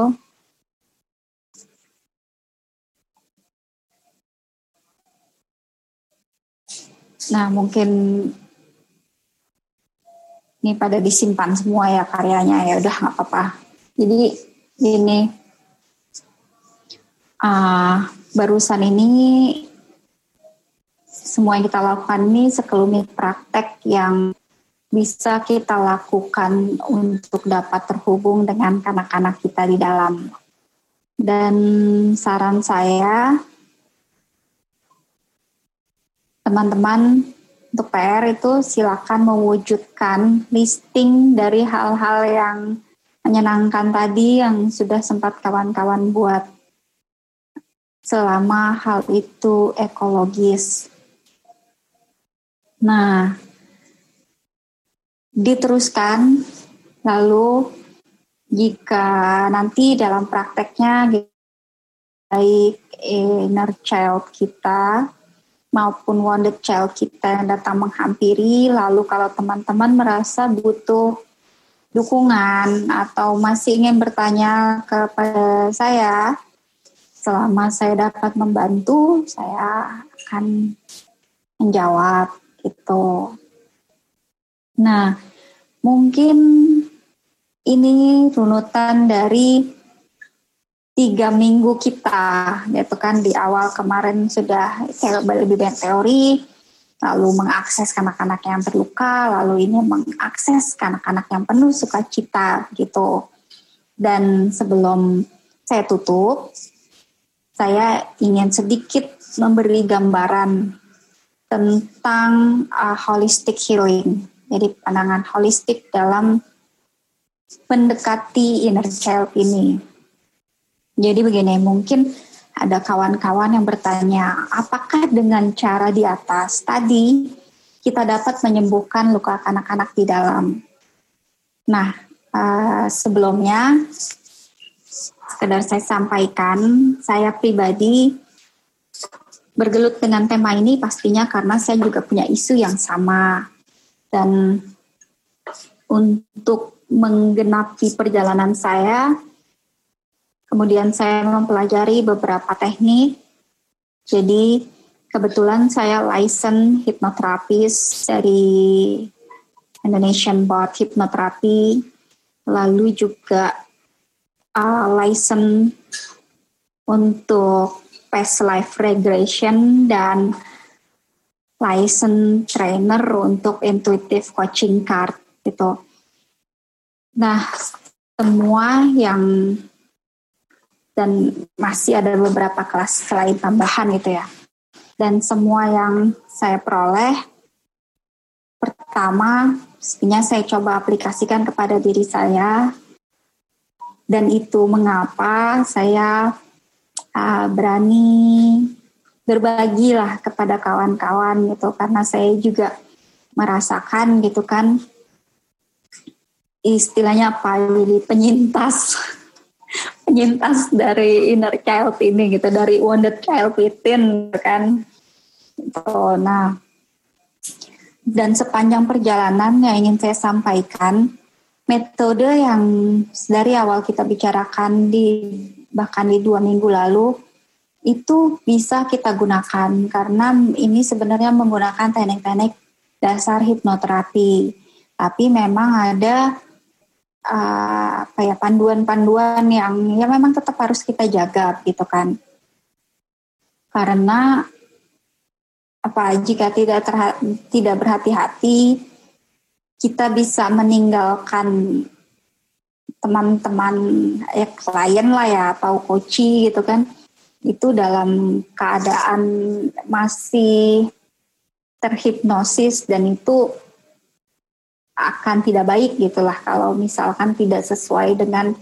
Nah mungkin ini pada disimpan semua ya karyanya, ya udah nggak apa-apa. Jadi ini barusan ini semua yang kita lakukan ini sekelumit praktek yang bisa kita lakukan untuk dapat terhubung dengan kanak-kanak kita di dalam. Dan saran saya, teman-teman, untuk PR itu silakan mewujudkan listing dari hal-hal yang menyenangkan tadi yang sudah sempat kawan-kawan buat, selama hal itu ekologis. Nah, diteruskan, lalu jika nanti dalam prakteknya baik inner child kita maupun wounded child kita yang datang menghampiri, lalu kalau teman-teman merasa butuh dukungan atau masih ingin bertanya kepada saya, selama saya dapat membantu, saya akan menjawab gitu. Nah, mungkin ini runutan dari 3 minggu kita, yaitu kan di awal kemarin sudah lebih banyak teori, lalu mengakses anak-anak yang terluka, lalu ini mengakses anak-anak yang penuh sukacita gitu. Dan sebelum saya tutup, saya ingin sedikit memberi gambaran tentang holistic healing. Jadi pandangan holistik dalam mendekati inner child ini. Jadi begini, mungkin ada kawan-kawan yang bertanya, apakah dengan cara di atas tadi kita dapat menyembuhkan luka anak-anak di dalam? Nah, sebelumnya sekedar saya sampaikan, saya pribadi bergelut dengan tema ini pastinya karena saya juga punya isu yang sama. Dan untuk menggenapi perjalanan saya, kemudian saya mempelajari beberapa teknik. Jadi kebetulan saya license hipnoterapis dari Indonesian Board Hypnotherapy, lalu juga license untuk past life regression dan license trainer untuk intuitive coaching card gitu. Nah, semua yang dan masih ada beberapa kelas selain tambahan gitu ya. Dan semua yang saya peroleh, pertama, pastinya saya coba aplikasikan kepada diri saya. Dan itu mengapa saya berani berbagi lah kepada kawan-kawan gitu, karena saya juga merasakan gitu kan, istilahnya apa, jadi penyintas dari inner child ini gitu, dari wounded child within kan. So, nah, dan sepanjang perjalanan yang ingin saya sampaikan, metode yang dari awal kita bicarakan bahkan di 2 minggu lalu, itu bisa kita gunakan karena ini sebenarnya menggunakan teknik-teknik dasar hipnoterapi. Tapi memang ada panduan-panduan yang memang tetap harus kita jaga gitu kan. Karena jika tidak berhati-hati, kita bisa meninggalkan teman-teman klien lah ya, atau coaching gitu kan, itu dalam keadaan masih terhipnosis, dan itu akan tidak baik gitulah kalau misalkan tidak sesuai dengan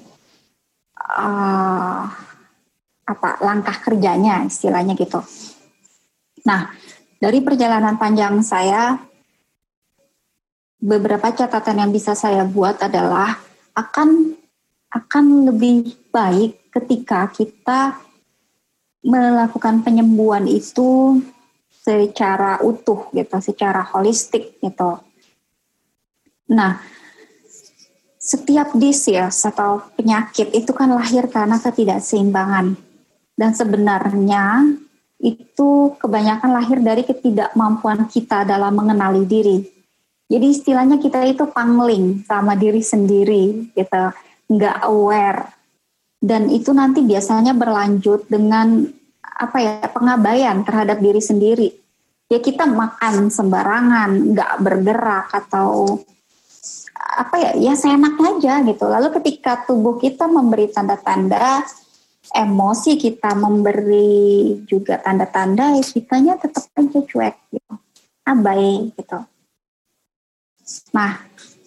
langkah kerjanya, istilahnya gitu. Nah, dari perjalanan panjang saya, beberapa catatan yang bisa saya buat adalah akan lebih baik ketika kita melakukan penyembuhan itu secara utuh gitu, secara holistik gitu. Nah, setiap disease atau penyakit itu kan lahir karena ketidakseimbangan. Dan sebenarnya itu kebanyakan lahir dari ketidakmampuan kita dalam mengenali diri. Jadi istilahnya kita itu pangling sama diri sendiri gitu, nggak aware. Dan itu nanti biasanya berlanjut dengan pengabaian terhadap diri sendiri. Ya kita makan sembarangan, nggak bergerak atau seenaknya aja gitu. Lalu ketika tubuh kita memberi tanda-tanda, emosi kita memberi juga tanda-tanda, kitanya tetap aja cuek gitu, abai gitu. Nah,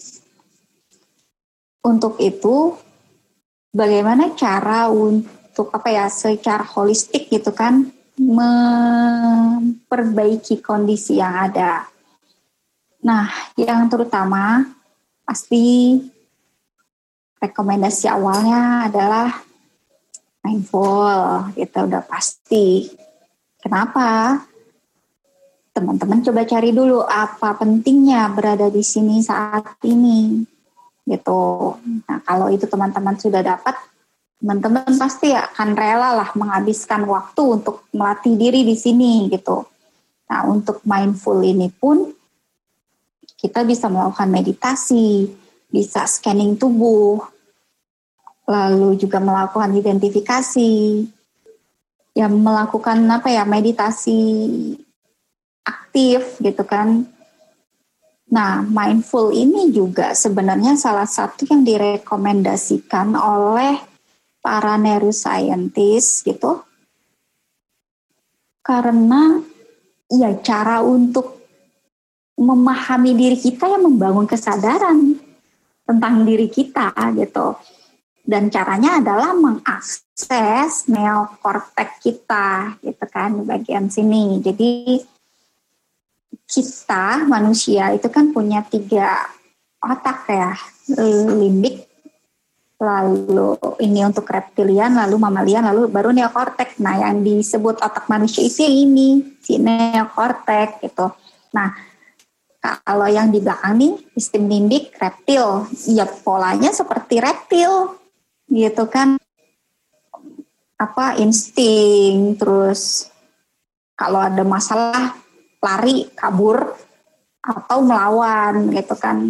untuk itu bagaimana cara untuk secara holistik gitu kan, memperbaiki kondisi yang ada. Nah, yang terutama pasti rekomendasi awalnya adalah mindful, gitu udah pasti. Kenapa? Teman-teman coba cari dulu apa pentingnya berada di sini saat ini, gitu. Nah, kalau itu teman-teman sudah dapat, teman-teman pasti akan rela lah menghabiskan waktu untuk melatih diri di sini, gitu. Nah, untuk mindful ini pun kita bisa melakukan meditasi, bisa scanning tubuh, lalu juga melakukan identifikasi, ya melakukan meditasi aktif gitu kan. Nah, mindful ini juga sebenarnya salah satu yang direkomendasikan oleh para neuroscientist gitu. Karena ya cara untuk memahami diri kita yang membangun kesadaran tentang diri kita gitu. Dan caranya adalah mengakses neokortek kita gitu kan, di bagian sini. Jadi kita manusia itu kan punya 3 otak ya, limbik, lalu ini untuk reptilian, lalu mamalian, lalu baru neokortek. Nah, yang disebut otak manusia itu ini, si neokortek gitu. Nah, kalau yang di belakang nih, sistem limbik reptil, ya polanya seperti reptil gitu kan. Insting, terus kalau ada masalah lari, kabur, atau melawan gitu kan.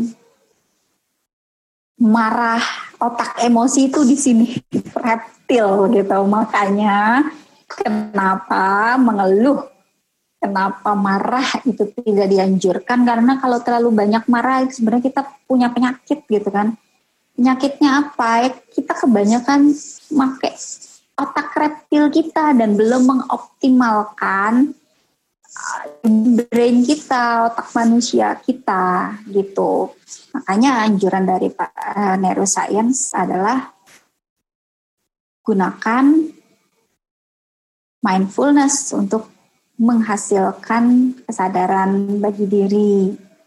Marah, otak emosi itu di sini reptil gitu. Makanya kenapa mengeluh, kenapa marah itu tidak dianjurkan, karena kalau terlalu banyak marah sebenarnya kita punya penyakit gitu kan. Penyakitnya apa? Kita kebanyakan pakai otak reptil kita dan belum mengoptimalkan brain kita, otak manusia kita gitu. Makanya anjuran dari neuroscience adalah gunakan mindfulness untuk menghasilkan kesadaran bagi diri.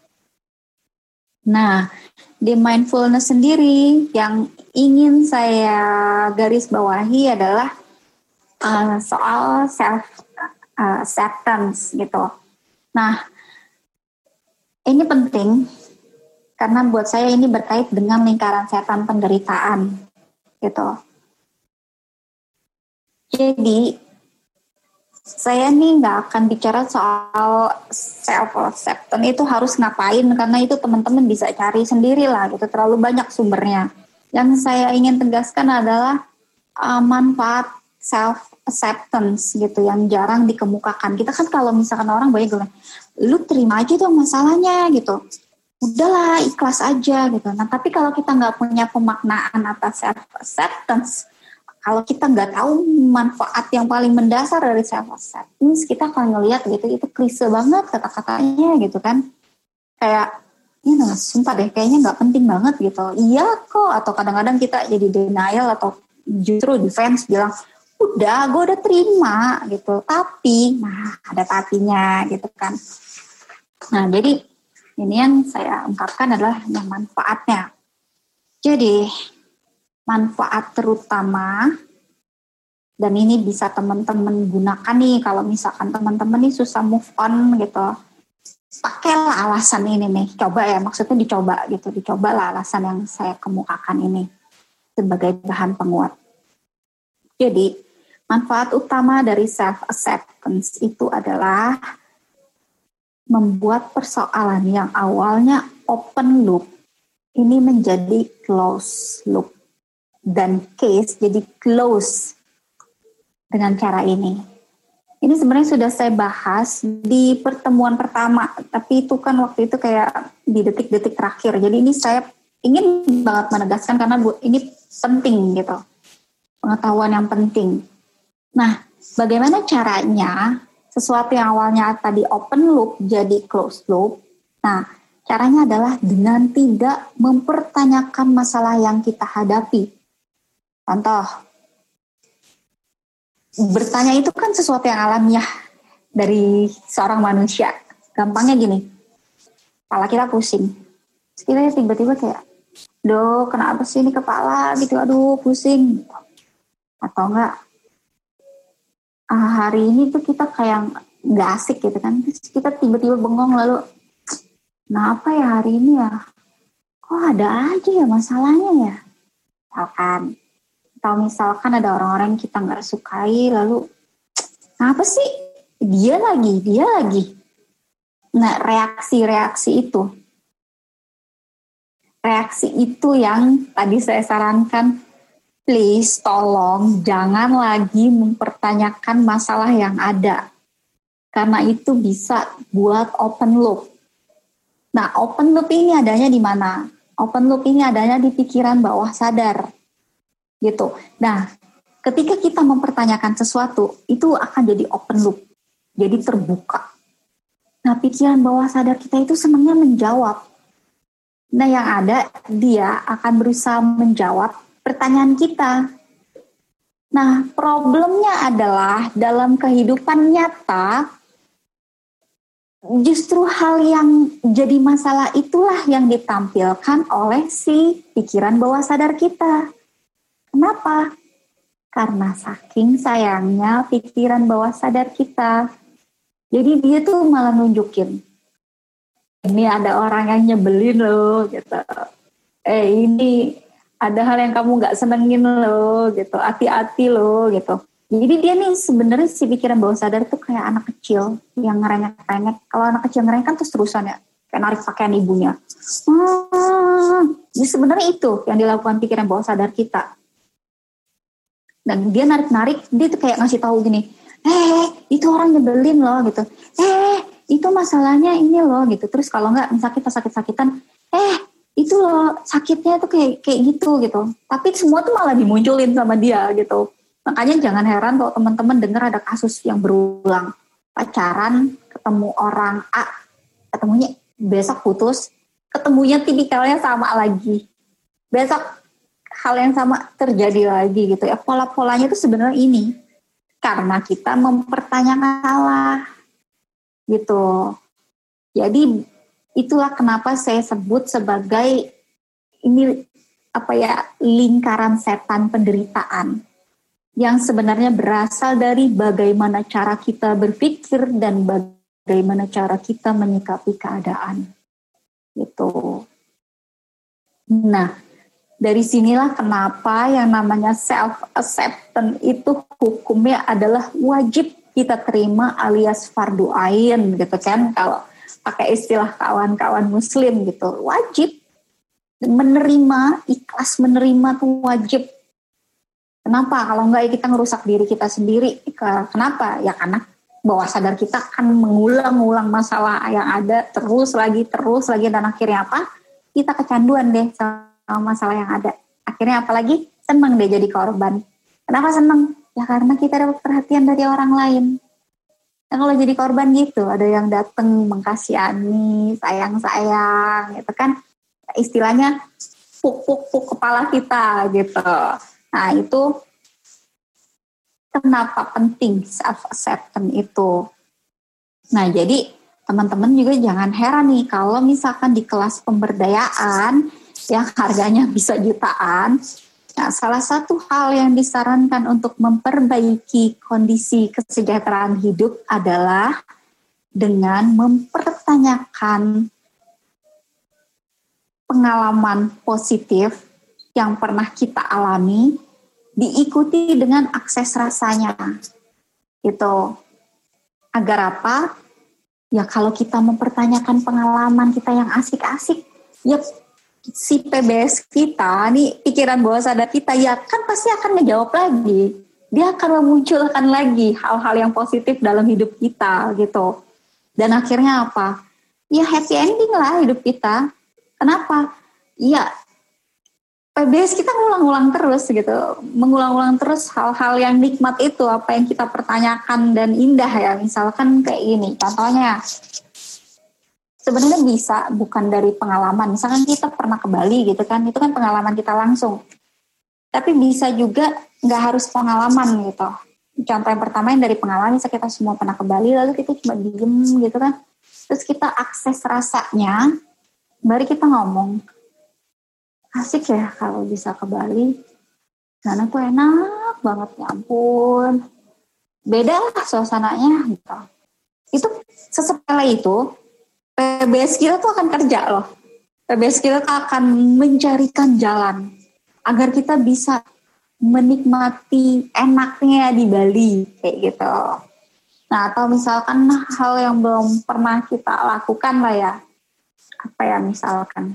Nah, di mindfulness sendiri yang ingin saya garis bawahi adalah soal self-acceptance gitu. Nah, ini penting karena buat saya ini berkait dengan lingkaran setan penderitaan gitu. Jadi saya nih nggak akan bicara soal self-acceptance itu harus ngapain, karena itu teman-teman bisa cari sendiri lah gitu, terlalu banyak sumbernya. Yang saya ingin tegaskan adalah manfaat self acceptance gitu yang jarang dikemukakan. Kita kan kalau misalkan orang banyak bilang, lu terima aja dong masalahnya gitu. Udahlah ikhlas aja gitu. Nah tapi kalau kita nggak punya pemaknaan atas self acceptance, kalau kita nggak tahu manfaat yang paling mendasar dari self acceptance, kita akan ngelihat gitu itu klise banget kata-katanya gitu kan. Kayak ya sumpah deh kayaknya nggak penting banget gitu. Iya kok, atau kadang-kadang kita jadi denial atau justru defense bilang udah gue udah terima gitu. Tapi nah ada tapinya gitu kan. Nah jadi ini yang saya ungkapkan adalah yang manfaatnya. Jadi manfaat terutama, dan ini bisa teman-teman gunakan nih kalau misalkan teman-teman nih susah move on gitu, pakailah alasan ini nih, coba ya, maksudnya dicoba gitu, dicobalah alasan yang saya kemukakan ini sebagai bahan penguat. Jadi manfaat utama dari self acceptance itu adalah membuat persoalan yang awalnya open loop ini menjadi close loop. Dan case jadi close dengan cara ini. Ini sebenarnya sudah saya bahas di pertemuan pertama, tapi itu kan waktu itu kayak di detik-detik terakhir. Jadi ini saya ingin banget menegaskan karena ini penting gitu, pengetahuan yang penting. Nah, bagaimana caranya sesuatu yang awalnya tadi open loop jadi closed loop? Nah, caranya adalah dengan tidak mempertanyakan masalah yang kita hadapi. Contoh, bertanya itu kan sesuatu yang alamiah dari seorang manusia. Gampangnya gini, kepala kita pusing. Terus kita tiba-tiba kayak, duh kenapa sih ini kepala gitu, aduh pusing. Atau enggak, hari ini tuh kita kayak nggak asik gitu kan. Terus kita tiba-tiba bengong lalu, kenapa ya hari ini ya? Kok ada aja ya masalahnya ya? Misalkan. Atau misalkan ada orang-orang yang kita nggak sukai, lalu apa sih? Dia lagi. Nah, reaksi itu yang tadi saya sarankan, please tolong jangan lagi mempertanyakan masalah yang ada. Karena itu bisa buat open loop. Nah, open loop ini adanya di mana? Open loop ini adanya di pikiran bawah sadar. Gitu. Nah, ketika kita mempertanyakan sesuatu, itu akan jadi open loop, jadi terbuka. Nah, pikiran bawah sadar kita itu senangnya menjawab. Nah, yang ada dia akan berusaha menjawab pertanyaan kita. Nah, problemnya adalah dalam kehidupan nyata, justru hal yang jadi masalah itulah yang ditampilkan oleh si pikiran bawah sadar kita. Kenapa? Karena saking sayangnya pikiran bawah sadar kita. Jadi dia tuh malah nunjukin, ini ada orang yang nyebelin loh gitu. Ini ada hal yang kamu gak senengin loh gitu. Hati-hati loh gitu. Jadi dia nih sebenarnya si pikiran bawah sadar tuh kayak anak kecil yang ngerengek-rengek. Kalau anak kecil ngerengek kan terus terusan ya, kayak narik pakaian ibunya. Jadi sebenarnya itu yang dilakukan pikiran bawah sadar kita. Dan dia narik-narik, dia tuh kayak ngasih tahu gini, itu orang nyebelin loh gitu, itu masalahnya ini loh gitu. Terus kalau nggak, misalnya kita sakit-sakitan, itu loh sakitnya tuh kayak gitu. Tapi semua tuh malah dimunculin sama dia gitu. Makanya jangan heran kalau teman-teman dengar ada kasus yang berulang, pacaran, ketemu orang A, ketemunya besok putus, ketemunya tipikalnya sama lagi, besok hal yang sama terjadi lagi gitu ya. Pola-polanya itu sebenarnya ini karena kita mempertanyakan salah gitu. Jadi itulah kenapa saya sebut sebagai ini lingkaran setan penderitaan yang sebenarnya berasal dari bagaimana cara kita berpikir dan bagaimana cara kita menyikapi keadaan gitu. Nah, dari sinilah kenapa yang namanya self-acceptance itu hukumnya adalah wajib kita terima alias fardu ain gitu kan. Kalau pakai istilah kawan-kawan muslim gitu, wajib menerima, ikhlas menerima tuh wajib. Kenapa? Kalau enggak ya kita ngerusak diri kita sendiri. Kenapa? Ya karena bawah sadar kita akan mengulang-ulang masalah yang ada terus lagi dan akhirnya apa? Kita kecanduan deh sama masalah yang ada. Akhirnya apalagi senang deh jadi korban. Kenapa senang? Ya karena kita dapat perhatian dari orang lain. Nah, kalau jadi korban gitu, ada yang datang mengkasihani, sayang-sayang, gitu kan. Istilahnya puk kepala kita gitu. Nah itu kenapa penting self-acceptance itu. Nah jadi teman-teman juga jangan heran nih kalau misalkan di kelas pemberdayaan yang harganya bisa jutaan, nah, salah satu hal yang disarankan untuk memperbaiki kondisi kesejahteraan hidup adalah dengan mempertanyakan pengalaman positif yang pernah kita alami, diikuti dengan akses rasanya. Gitu. Agar apa? Ya kalau kita mempertanyakan pengalaman kita yang asik-asik, ya si PBS kita, nih pikiran bawah sadar kita, ya kan pasti akan ngejawab lagi. Dia akan memunculkan lagi hal-hal yang positif dalam hidup kita gitu. Dan akhirnya apa? Ya happy ending lah hidup kita. Kenapa? Ya PBS kita mengulang-ulang terus gitu. Mengulang-ulang terus hal-hal yang nikmat itu, apa yang kita pertanyakan dan indah ya. Misalkan kayak gini, contohnya. Sebenarnya bisa bukan dari pengalaman. Misalkan kita pernah ke Bali gitu kan, itu kan pengalaman kita langsung. Tapi bisa juga nggak harus pengalaman gitu. Contoh yang pertama yang dari pengalaman, misalnya kita semua pernah ke Bali, lalu kita cuma diem gitu kan. Terus kita akses rasanya, baru kita ngomong, asik ya kalau bisa ke Bali. Karena tuh enak banget, ya ampun. Beda lah suasananya gitu. Itu sesepele itu, PBS kita tuh akan kerja loh. PBS kita tuh akan mencarikan jalan agar kita bisa menikmati enaknya di Bali kayak gitu. Nah atau misalkan hal yang belum pernah kita lakukan lah ya. Apa ya misalkan?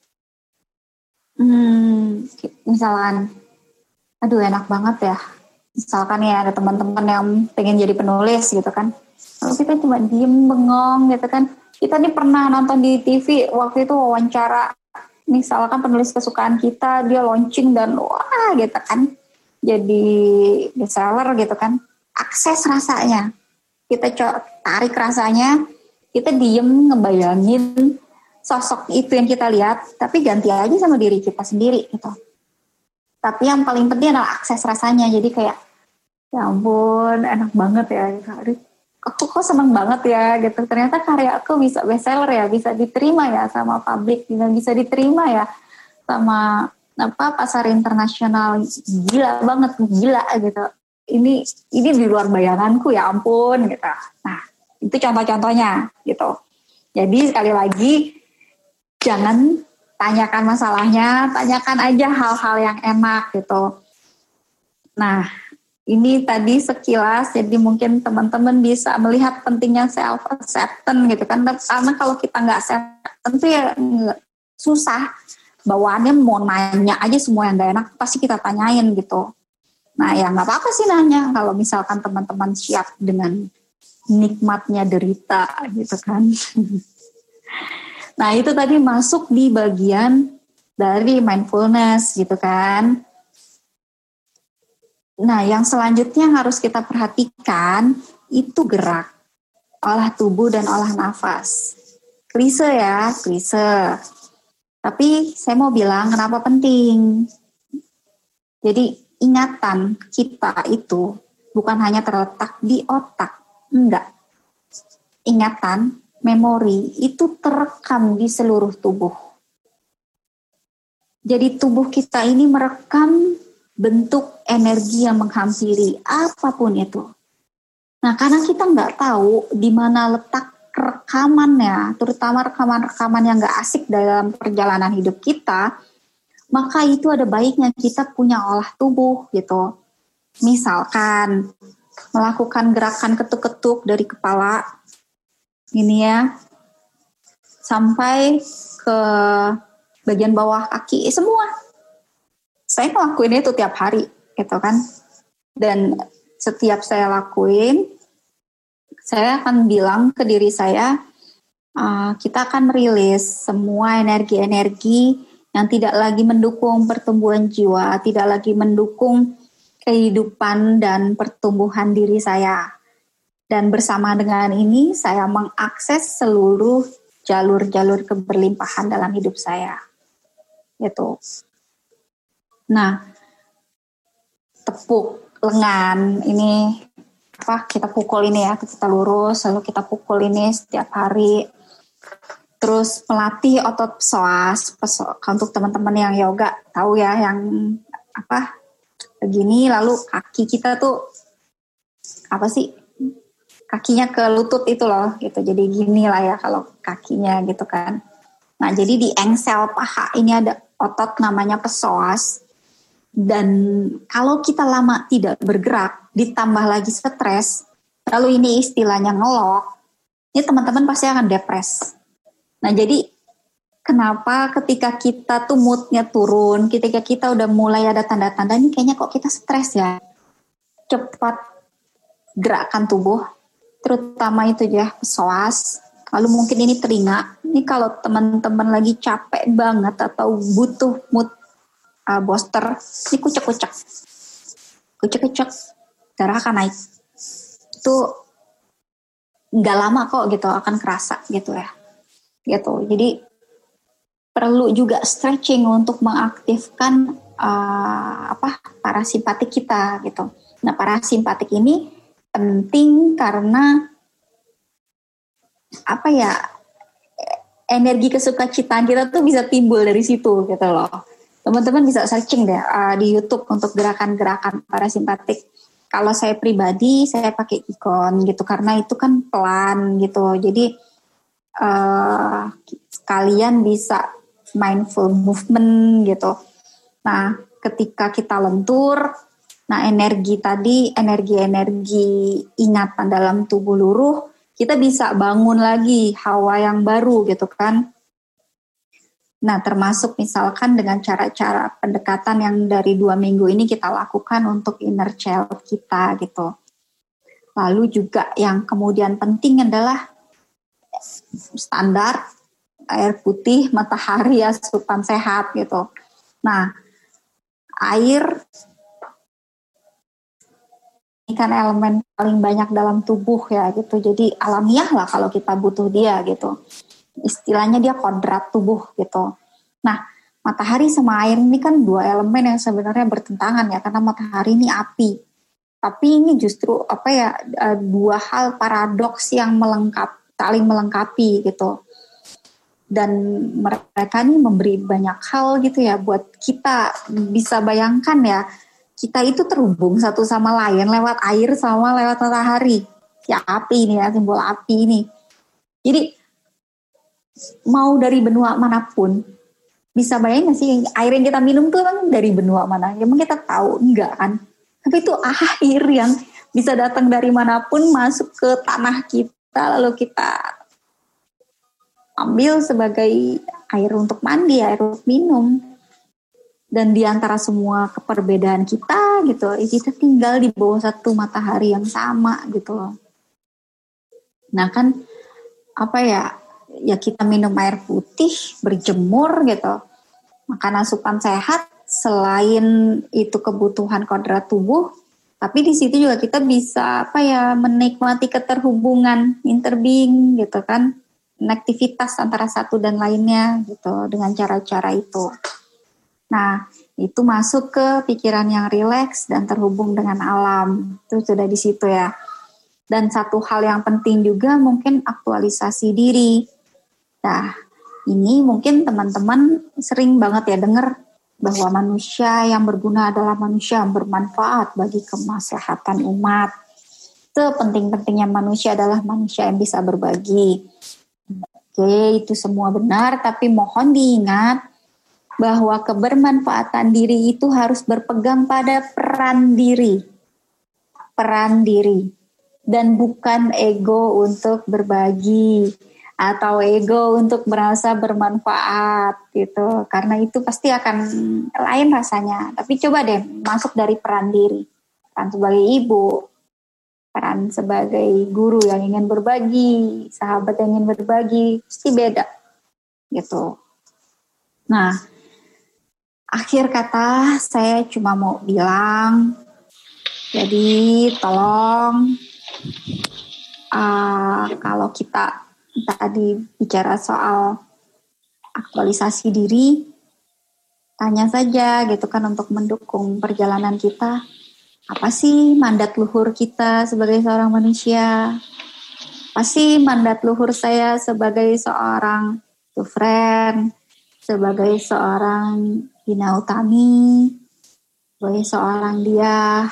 Misalkan, aduh enak banget ya. Misalkan ya ada teman-teman yang pengen jadi penulis gitu kan. Lalu kita cuma diem bengong gitu kan. Kita nih pernah nonton di TV waktu itu wawancara, misalkan penulis kesukaan kita, dia launching dan wah gitu kan, jadi bestseller gitu kan. Akses rasanya, kita tarik rasanya, kita diem ngebayangin sosok itu yang kita lihat, tapi ganti aja sama diri kita sendiri gitu. Tapi yang paling penting adalah akses rasanya, jadi kayak, ya ampun enak banget ya gitu. Aku kok seneng banget ya gitu, ternyata karya aku bisa bestseller ya, bisa diterima ya sama publik, bisa diterima ya sama pasar internasional, gila banget, gila gitu. Ini di luar bayanganku ya ampun gitu. Nah itu contoh-contohnya gitu. Jadi sekali lagi jangan tanyakan masalahnya, tanyakan aja hal-hal yang enak gitu. Nah ini tadi sekilas, jadi mungkin teman-teman bisa melihat pentingnya self-acceptance gitu kan. Karena kalau kita nggak acceptance itu ya susah. Bawaannya mau nanya aja semua yang nggak enak, pasti kita tanyain gitu. Nah ya nggak apa-apa sih nanya, kalau misalkan teman-teman siap dengan nikmatnya derita gitu kan. Nah itu tadi masuk di bagian dari mindfulness gitu kan. Nah, yang selanjutnya yang harus kita perhatikan itu gerak, olah tubuh dan olah nafas. Klise ya, klise. Tapi saya mau bilang kenapa penting. Jadi ingatan kita itu bukan hanya terletak di otak, enggak. Ingatan, memori itu terekam di seluruh tubuh. Jadi tubuh kita ini merekam bentuk energi yang menghampiri apapun itu. Nah, karena kita nggak tahu di mana letak rekamannya, terutama rekaman-rekaman yang nggak asik dalam perjalanan hidup kita, maka itu ada baiknya kita punya olah tubuh gitu. Misalkan melakukan gerakan ketuk-ketuk dari kepala, ini ya, sampai ke bagian bawah kaki, semua. Saya ngelakuin itu tiap hari gitu kan. Dan setiap saya lakuin, saya akan bilang ke diri saya, kita akan merilis semua energi-energi yang tidak lagi mendukung pertumbuhan jiwa, tidak lagi mendukung kehidupan dan pertumbuhan diri saya. Dan bersama dengan ini, saya mengakses seluruh jalur-jalur keberlimpahan dalam hidup saya. Gitu. Nah, tepuk lengan ini kita pukul ini ya, kita lurus, lalu kita pukul ini setiap hari. Terus melatih otot psoas. Untuk teman-teman yang yoga tahu ya, yang begini, lalu kaki kita tuh kakinya ke lutut itu loh, gitu. Jadi gini lah ya kalau kakinya gitu kan. Nah, jadi di engsel paha ini ada otot namanya psoas. Dan kalau kita lama tidak bergerak, ditambah lagi stres, lalu ini istilahnya ngelok, ini teman-teman pasti akan depres. Nah, jadi kenapa ketika kita tuh moodnya turun, ketika kita udah mulai ada tanda-tanda ini kayaknya kok kita stres ya, cepat gerakan tubuh, terutama itu ya psoas. Lalu mungkin ini telinga. Ini kalau teman-teman lagi capek banget atau butuh mood booster, ini kucek-kucek, darah akan naik. Itu nggak lama kok gitu akan kerasa gitu ya. Gitu. Jadi perlu juga stretching untuk mengaktifkan parasimpatik kita gitu. Nah, parasimpatik ini penting karena energi kesukacitaan kita tuh bisa timbul dari situ gitu loh. Teman-teman bisa searching deh di YouTube untuk gerakan-gerakan parasimpatik. Kalau saya pribadi saya pakai ikon gitu karena itu kan pelan gitu. Jadi kalian bisa mindful movement gitu. Nah, ketika kita lentur, energi ingatan dalam tubuh luruh, kita bisa bangun lagi hawa yang baru gitu kan. Nah, termasuk misalkan dengan cara-cara pendekatan yang dari 2 minggu ini kita lakukan untuk inner child kita gitu. Lalu juga yang kemudian penting adalah standar air putih, matahari, asupan sehat gitu. Nah, air ini kan elemen paling banyak dalam tubuh ya gitu. Jadi alamiah lah kalau kita butuh dia gitu. Istilahnya dia kodrat tubuh gitu. Nah, matahari sama air ini kan 2 elemen yang sebenarnya bertentangan ya, karena matahari ini api. Tapi ini justru 2 hal paradoks yang saling melengkapi gitu. Dan mereka ini memberi banyak hal gitu ya buat kita bisa bayangkan ya, kita itu terhubung satu sama lain lewat air sama lewat matahari. Ya api ini ya, simbol api ini. Jadi mau dari benua manapun, bisa bayangin gak sih air yang kita minum tuh emang dari benua mana? Emang kita tahu? Enggak kan? Tapi itu air yang bisa datang dari manapun, masuk ke tanah kita, lalu kita ambil sebagai air untuk mandi, air untuk minum. Dan di antara semua keperbedaan kita gitu, kita tinggal di bawah satu matahari yang sama gitu loh. Nah kan ya kita minum air putih, berjemur gitu, makan asupan sehat, selain itu kebutuhan kodrat tubuh, tapi di situ juga kita bisa menikmati keterhubungan interbeing gitu kan, aktivitas antara satu dan lainnya gitu dengan cara-cara itu. Nah, itu masuk ke pikiran yang rileks dan terhubung dengan alam. Itu sudah di situ ya. Dan satu hal yang penting juga mungkin aktualisasi diri. Nah, ini mungkin teman-teman sering banget ya dengar bahwa manusia yang berguna adalah manusia yang bermanfaat bagi kemaslahatan umat. Sepenting-pentingnya manusia adalah manusia yang bisa berbagi. Oke, itu semua benar, tapi mohon diingat bahwa kebermanfaatan diri itu harus berpegang pada peran diri. Peran diri. Dan bukan ego untuk berbagi. atau ego untuk merasa bermanfaat gitu. Karena itu pasti akan lain rasanya. Tapi coba deh masuk dari peran diri. Peran sebagai ibu, peran sebagai guru yang ingin berbagi, sahabat yang ingin berbagi, pasti beda gitu. Nah, akhir kata saya cuma mau bilang, jadi tolong kalau kita tadi bicara soal aktualisasi diri, tanya saja gitu kan untuk mendukung perjalanan kita. Apa sih mandat luhur kita sebagai seorang manusia? Apa sih mandat luhur saya sebagai seorang friend, sebagai seorang Dina Utami, sebagai seorang Diah.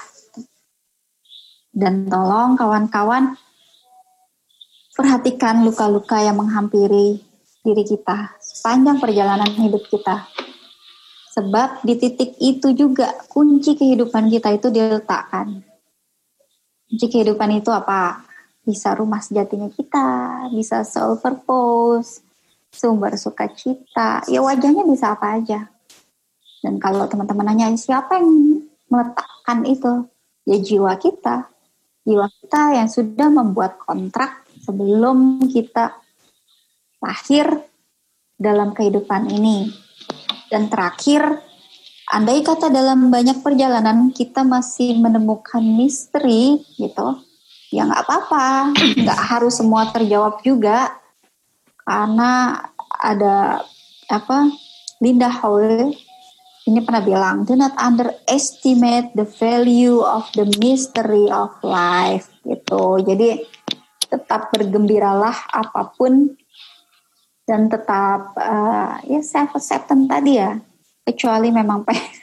Dan tolong kawan-kawan, perhatikan luka-luka yang menghampiri diri kita sepanjang perjalanan hidup kita. Sebab di titik itu juga kunci kehidupan kita itu diletakkan. Kunci kehidupan itu apa? Bisa rumah sejatinya kita, bisa soul purpose, sumber sukacita, ya wajahnya bisa apa aja. Dan kalau teman-teman nanya siapa yang meletakkan itu? Ya jiwa kita. Jiwa kita yang sudah membuat kontrak sebelum kita lahir dalam kehidupan ini. Dan terakhir, andai kata dalam banyak perjalanan kita masih menemukan misteri gitu, ya nggak apa-apa, nggak harus semua terjawab juga. Karena ada Linda Howell ini pernah bilang, do not underestimate the value of the mystery of life gitu. Jadi tetap bergembiralah apapun dan tetap self-acceptance tadi ya, kecuali memang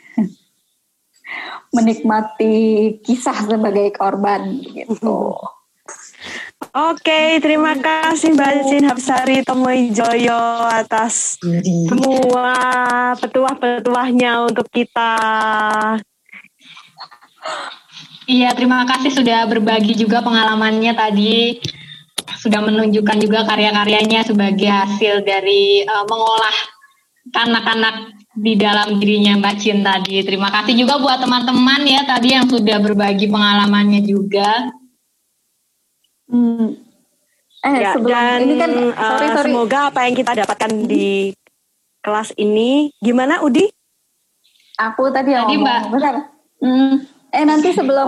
menikmati kisah sebagai korban gitu. Oke, terima kasih Mbak Cin Hapsari Tomoijoyo atas semua petuah-petuahnya untuk kita. Iya, terima kasih sudah berbagi juga pengalamannya tadi. Sudah menunjukkan juga karya-karyanya sebagai hasil dari mengolah anak-anak di dalam dirinya Mbak Cin tadi. Terima kasih juga buat teman-teman ya tadi yang sudah berbagi pengalamannya juga. Dan ini kan sorry. Semoga apa yang kita dapatkan di kelas ini, gimana Udi? Aku tadi Mbak. Bentar. Nanti sebelum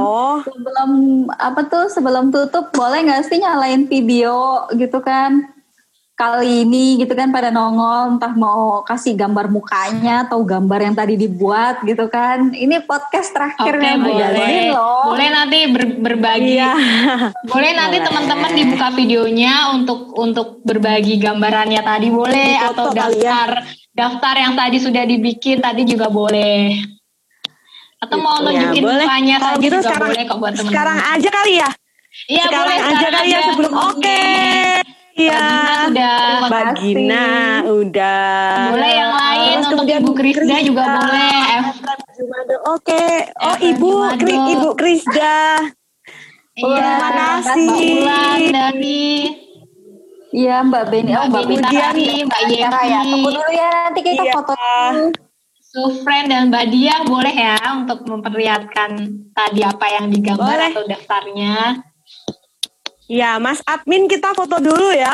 tutup boleh nggak sih nyalain video gitu kan? Kali ini gitu kan pada nongol, entah mau kasih gambar mukanya atau gambar yang tadi dibuat gitu kan. Ini podcast terakhir yang boleh loh. Boleh nanti berbagi. Iya. Boleh nanti teman-teman dibuka videonya untuk berbagi gambarannya tadi boleh, atau daftar yang tadi sudah dibikin tadi juga boleh. Atau mau nunjukin mukanya tadi gitu, juga boleh kok buat teman-teman. Sekarang aja kali ya? Iya boleh. Sekarang aja kali ya sebelum Iya, Mbak Gina udah. Boleh yang lain untuk Ibu Krisda juga boleh. Oke. Oh Ibu Krisda. Terima kasih. Mbak Ulan dari. Iya Mbak Beni. Mbak Yeni. Tunggu dulu ya nanti kita foto dulu. Sufren dan Mbak Diah boleh ya untuk memperlihatkan tadi apa yang digambar atau daftarnya. Ya, Mas Admin kita foto dulu ya.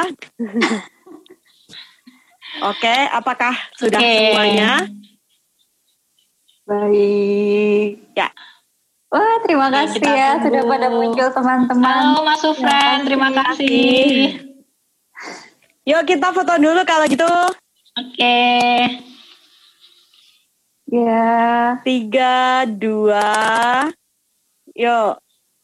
Oke, apakah sudah semuanya? Baik. Ya. Wah, terima kasih ya sudah pada muncul teman-teman. Halo Mas Sufren, terima kasih. Yuk kita foto dulu kalau gitu. Oke. Ya. 3, 2. Yuk.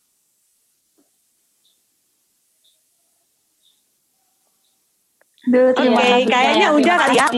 Oke, kayaknya udah kali ya.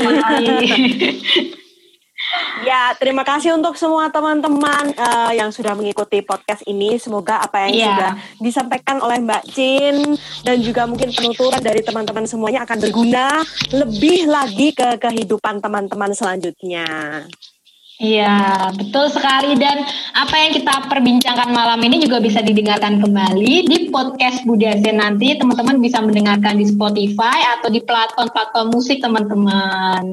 Ya, terima kasih untuk semua teman-teman yang sudah mengikuti podcast ini. Semoga apa yang sudah disampaikan oleh Mbak Cin dan juga mungkin penuturan dari teman-teman semuanya akan berguna lebih lagi ke kehidupan teman-teman selanjutnya. Iya, betul sekali. Dan apa yang kita perbincangkan malam ini juga bisa didengarkan kembali di podcast Budi Azen nanti. Teman-teman bisa mendengarkan di Spotify atau di platform-platform musik teman-teman.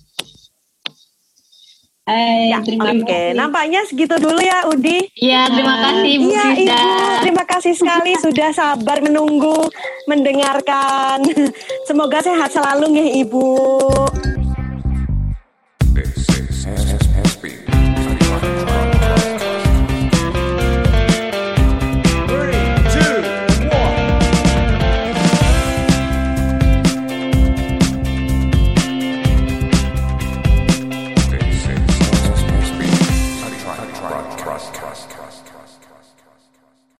Oke. Nampaknya segitu dulu ya Udi. Iya, terima kasih Bu Iya Krista. Ibu, terima kasih sekali sudah sabar menunggu, mendengarkan. Semoga sehat selalu ya Ibu.